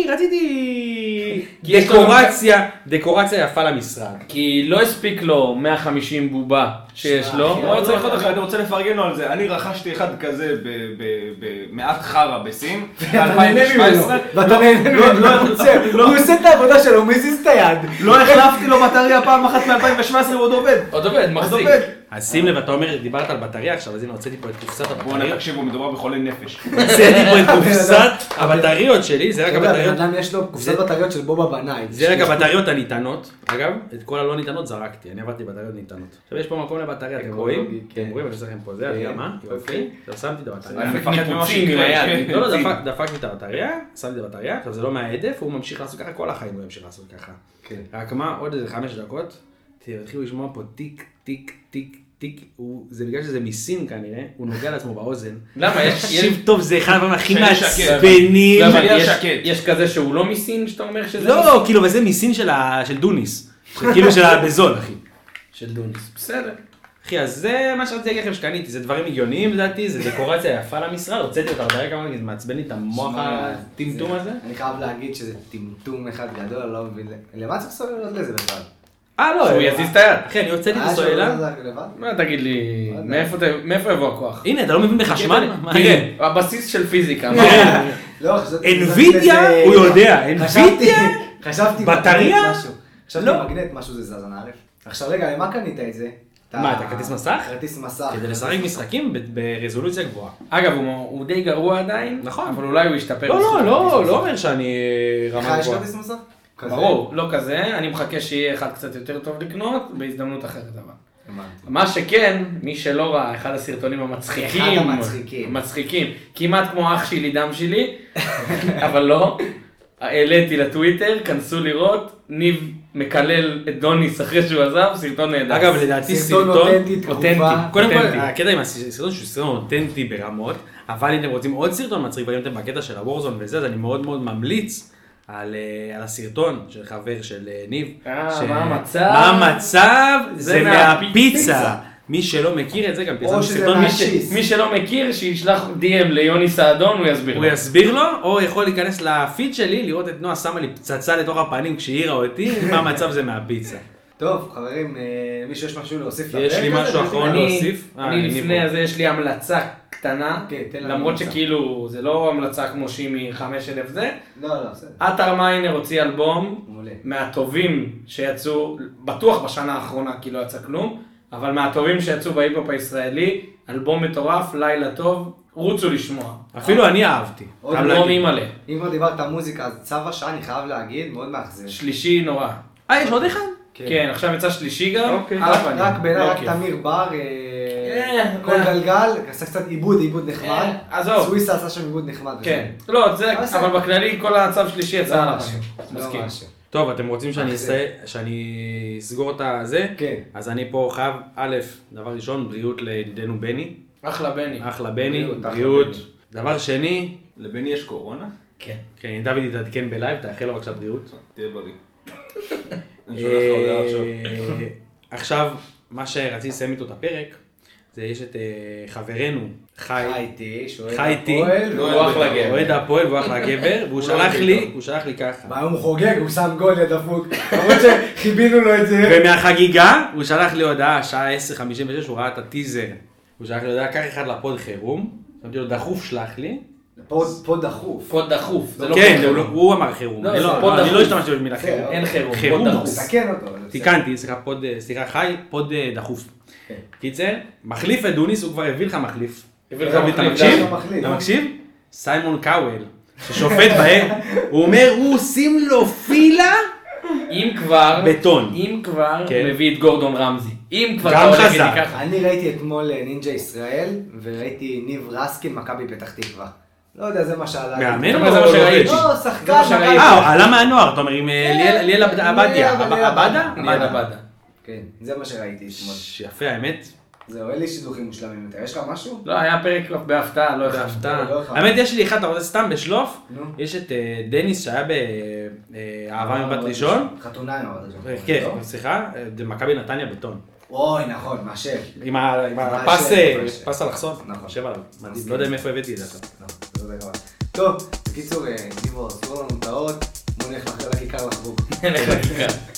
רציתי כי יש לו- דקורציה, דקורציה יפה למשרד. כי לא הספיק לו מאה וחמישים בובה שיש לו. אני רוצה לפחות אחרי, אני רוצה לפרגן לו על זה. אני רכשתי אחד כזה ב- ב- במעט חרא בסין, ב-אלפיים שבע עשרה. ואתה נהנה ממנו, הוא עוצר, הוא עושה את העבודה שלו, הוא מזיז את היד. לא החלפתי לו בטריה פעם אחת מ-אלפיים שבע עשרה ועוד עובד. עוד עובד, עוד מחזיק. עובד. אז שים לב, אתה אומר, דיברת על בטריה עכשיו, אז הנה, הוצאתי פה את קופסת בואו הבטריות. תקשיבו, מדובר בחולי נפש. הוצאתי פה את קופסת הבטריות שלי, זה רק הבטריות. הבן אדם יש לו קופסת בטריות של בובה בנאי. זה רק הבטריות הניתנות. אגב, את כל הלא ניתנות זרקתי, אני עברתי בטריות ניתנות. עכשיו יש פה מקום לבטריה, אתם רואים? אתם רואים, אני אעשה לכם פה זה, הדגמה, יופי. עכשיו שמתי את הבטריה. אני מפחד ממה שיקרה. לא, לא, דפקתי את הבטריה, שמתי את הבטריה, עכשיו זה לא מהעדף, הוא ממשיך לעשות ככה, כל החיים הוא ימשיך לעשות ככה. רק מה, עוד איזה חמש דקות, תתחילו לשמוע פה טיק, טיק, טיק, טיק, זה בגלל שזה מסין כנראה, הוא נוגע לעצמו באוזן. למה? יש... תקשיב טוב, זה אחד הדברים הכי מעצבנים. יש כזה שהוא לא מסין, שאתה אומר שזה... לא, כאילו, וזה מסין של דוניס. כאילו של הבזול, אחי. של דוניס, בסדר. אחי, אז זה מה שרציתי להגיד לכם שקניתי, זה דברים הגיוניים לדעתי, זה דקורציה יפה למשרד, הוצאתי אותה בטריה כמה, זה מעצבן לי את המוח הטמטום הזה. אני חייב להגיד שזה טמטום אחד גדול, אני לא מבין, למה צריך סוללות לזה בכלל? אה, לא, שהוא יזיז את היד. אחי, אני הוצאתי את הסוללה. מה תגיד לי, מאיפה יבוא הכוח? הנה, אתה לא מבין בחשמל? תראה, הבסיס של פיזיקה. אנווידיה, הוא יודע, אנווידיה, חשבתי בטריה? חשבתי מגנט, משהו זה זזן ערף. עכשיו רגע, למה קנית את זה? מה, אתה כרטיס מסך? כרטיס מסך. כדי לשחק משחקים ברזולוציה גבוהה. אגב, הוא די גרוע עדיין, נכון. אבל אולי הוא ישתפר. לא, לא, לא, לא אומר שאני רמה גבוהה. לך יש כרטיס מסך? ברור, לא כזה, אני מחכה שיהיה אחד קצת יותר טוב לקנות, בהזדמנות אחרת אבל. מה שכן, מי שלא ראה, אחד הסרטונים המצחיקים, אחד המצחיקים, מצחיקים, כמעט כמו אח שלי, דם שלי, אבל לא, העליתי לטוויטר, כנסו לראות, ניב מקלל את דוניס אחרי שהוא עזב, סרטון נהדר. אגב, לדעתי סרטון אותנטי, תגובה. קודם כל, הקטע עם הסרטון שהוא סרטון אותנטי ברמות, אבל אם אתם רוצים עוד סרטון מצחיק, ואם אתם בקטע של הוורזון וזה, אז אני מאוד מאוד ממליץ על הסרטון של חבר של ניב. מה המצב? מה המצב? זה מהפיצה. מי שלא מכיר את זה, גם פרסמנו סרטון. מי שלא מכיר, שישלח די אם ליוני סעדון, הוא יסביר לו. הוא יסביר לו, או יכול להיכנס לפיד שלי, לראות את נועה שמה לי פצצה לתוך הפנים כשהעירה אותי, מה המצב זה מהפיצה. טוב, חברים, מישהו יש משהו להוסיף לפרק הזה? יש לי משהו אחרון להוסיף. אני לפני הזה, יש לי המלצה קטנה, למרות שכאילו זה לא המלצה כמו שהיא מחמש אלף זה. לא, לא, בסדר. אתר מיינר הוציא אלבום מהטובים שיצאו, בטוח בשנה האחרונה כי לא יצא כלום, אבל מהטובים שיצאו בהיפ-הופ הישראלי, אלבום מטורף, לילה טוב, רוצו לשמוע. אפילו אני אהבתי. אלבום אימאלה. אם כבר דיברת על מוזיקה, אז צו השעה אני חייב להגיד, מאוד מאכזב. שלישי נורא. אה, יש עוד אחד? כן, עכשיו יצא שלישי גם. רק בעיניי, רק תמיר בר, כל גלגל, עשה קצת עיבוד, עיבוד נחמד. עזוב. סוויסה עשה שם עיבוד נחמד. כן. לא, אבל בכללי כל הצו שלישי יצא עליו. מסכים. טוב, אתם רוצים שאני אסגור את הזה? כן. אז אני פה חייב, א', דבר ראשון, בריאות לידידנו בני. אחלה בני. אחלה בני, בריאות. דבר שני, לבני יש קורונה? כן. כן, דוד יתעדכן בלייב, תאחל לו בבקשה בריאות. תהיה בריא. אני שולח לך הודעה עכשיו. עכשיו, מה שרציתי לסיים איתו את הפרק, זה יש את חברנו, חי איתי, חי איתי, אוהד הפועל והוא אחלה גבר, והוא שלח לי, הוא שלח לי ככה. מה, הוא חוגג, הוא שם גול ידפוק, למרות שחיבינו לו את זה. ומהחגיגה, הוא שלח לי הודעה, שעה עשר חמישים ושש, הוא ראה את הטיזר, הוא שלח לי הודעה, קח אחד לפוד חירום, שמתי לו דחוף שלח לי. פוד דחוף. פוד דחוף. כן, הוא אמר חירום. אני לא השתמשתי במילה חירום. אין חירום. חירום דחוף. תקן אותו. תיקנתי, סליחה חי, פוד דחוף. קיצר, מחליף את דוניס, הוא כבר הביא לך מחליף. אתה מקשיב? אתה מקשיב? סיימון קאוול, ששופט בהם, הוא אומר, הוא עושים לו פילה אם כבר, בטון. אם כבר, מביא את גורדון רמזי. אם כבר, גם חזק. אני ראיתי אתמול נינג'ה ישראל, וראיתי ניב רסקין, מכבי פתח תקווה. לא יודע, זה מה שעלה. מאמן או לא שראיתי? לא, שחקן. אה, עלה מהנוער, אתה אומר, עם ליאל עבדיה. עבדה? ליאל עבדה. כן, זה מה שראיתי אתמול. יפה, האמת. זהו, אין לי שידוכים מושלמים יותר. יש לך משהו? לא, היה פרק בהפתעה, לא בהפתעה. האמת, יש לי אחד, אתה רוצה סתם בשלוף? יש את דניס שהיה באהבה מבת ראשון. חתונה עם מבת ראשון. כן, סליחה, מכבי נתניה בטון. אוי, נכון, מאשר. עם הפס אלכסון. נכון. שב עליו. לא יודע מאיפה הבאתי את זה. טוב, בקיצור, גיבור, סיפור לנו טעות. בוא נלך לכיכר לחגוג. נלך לכיכר.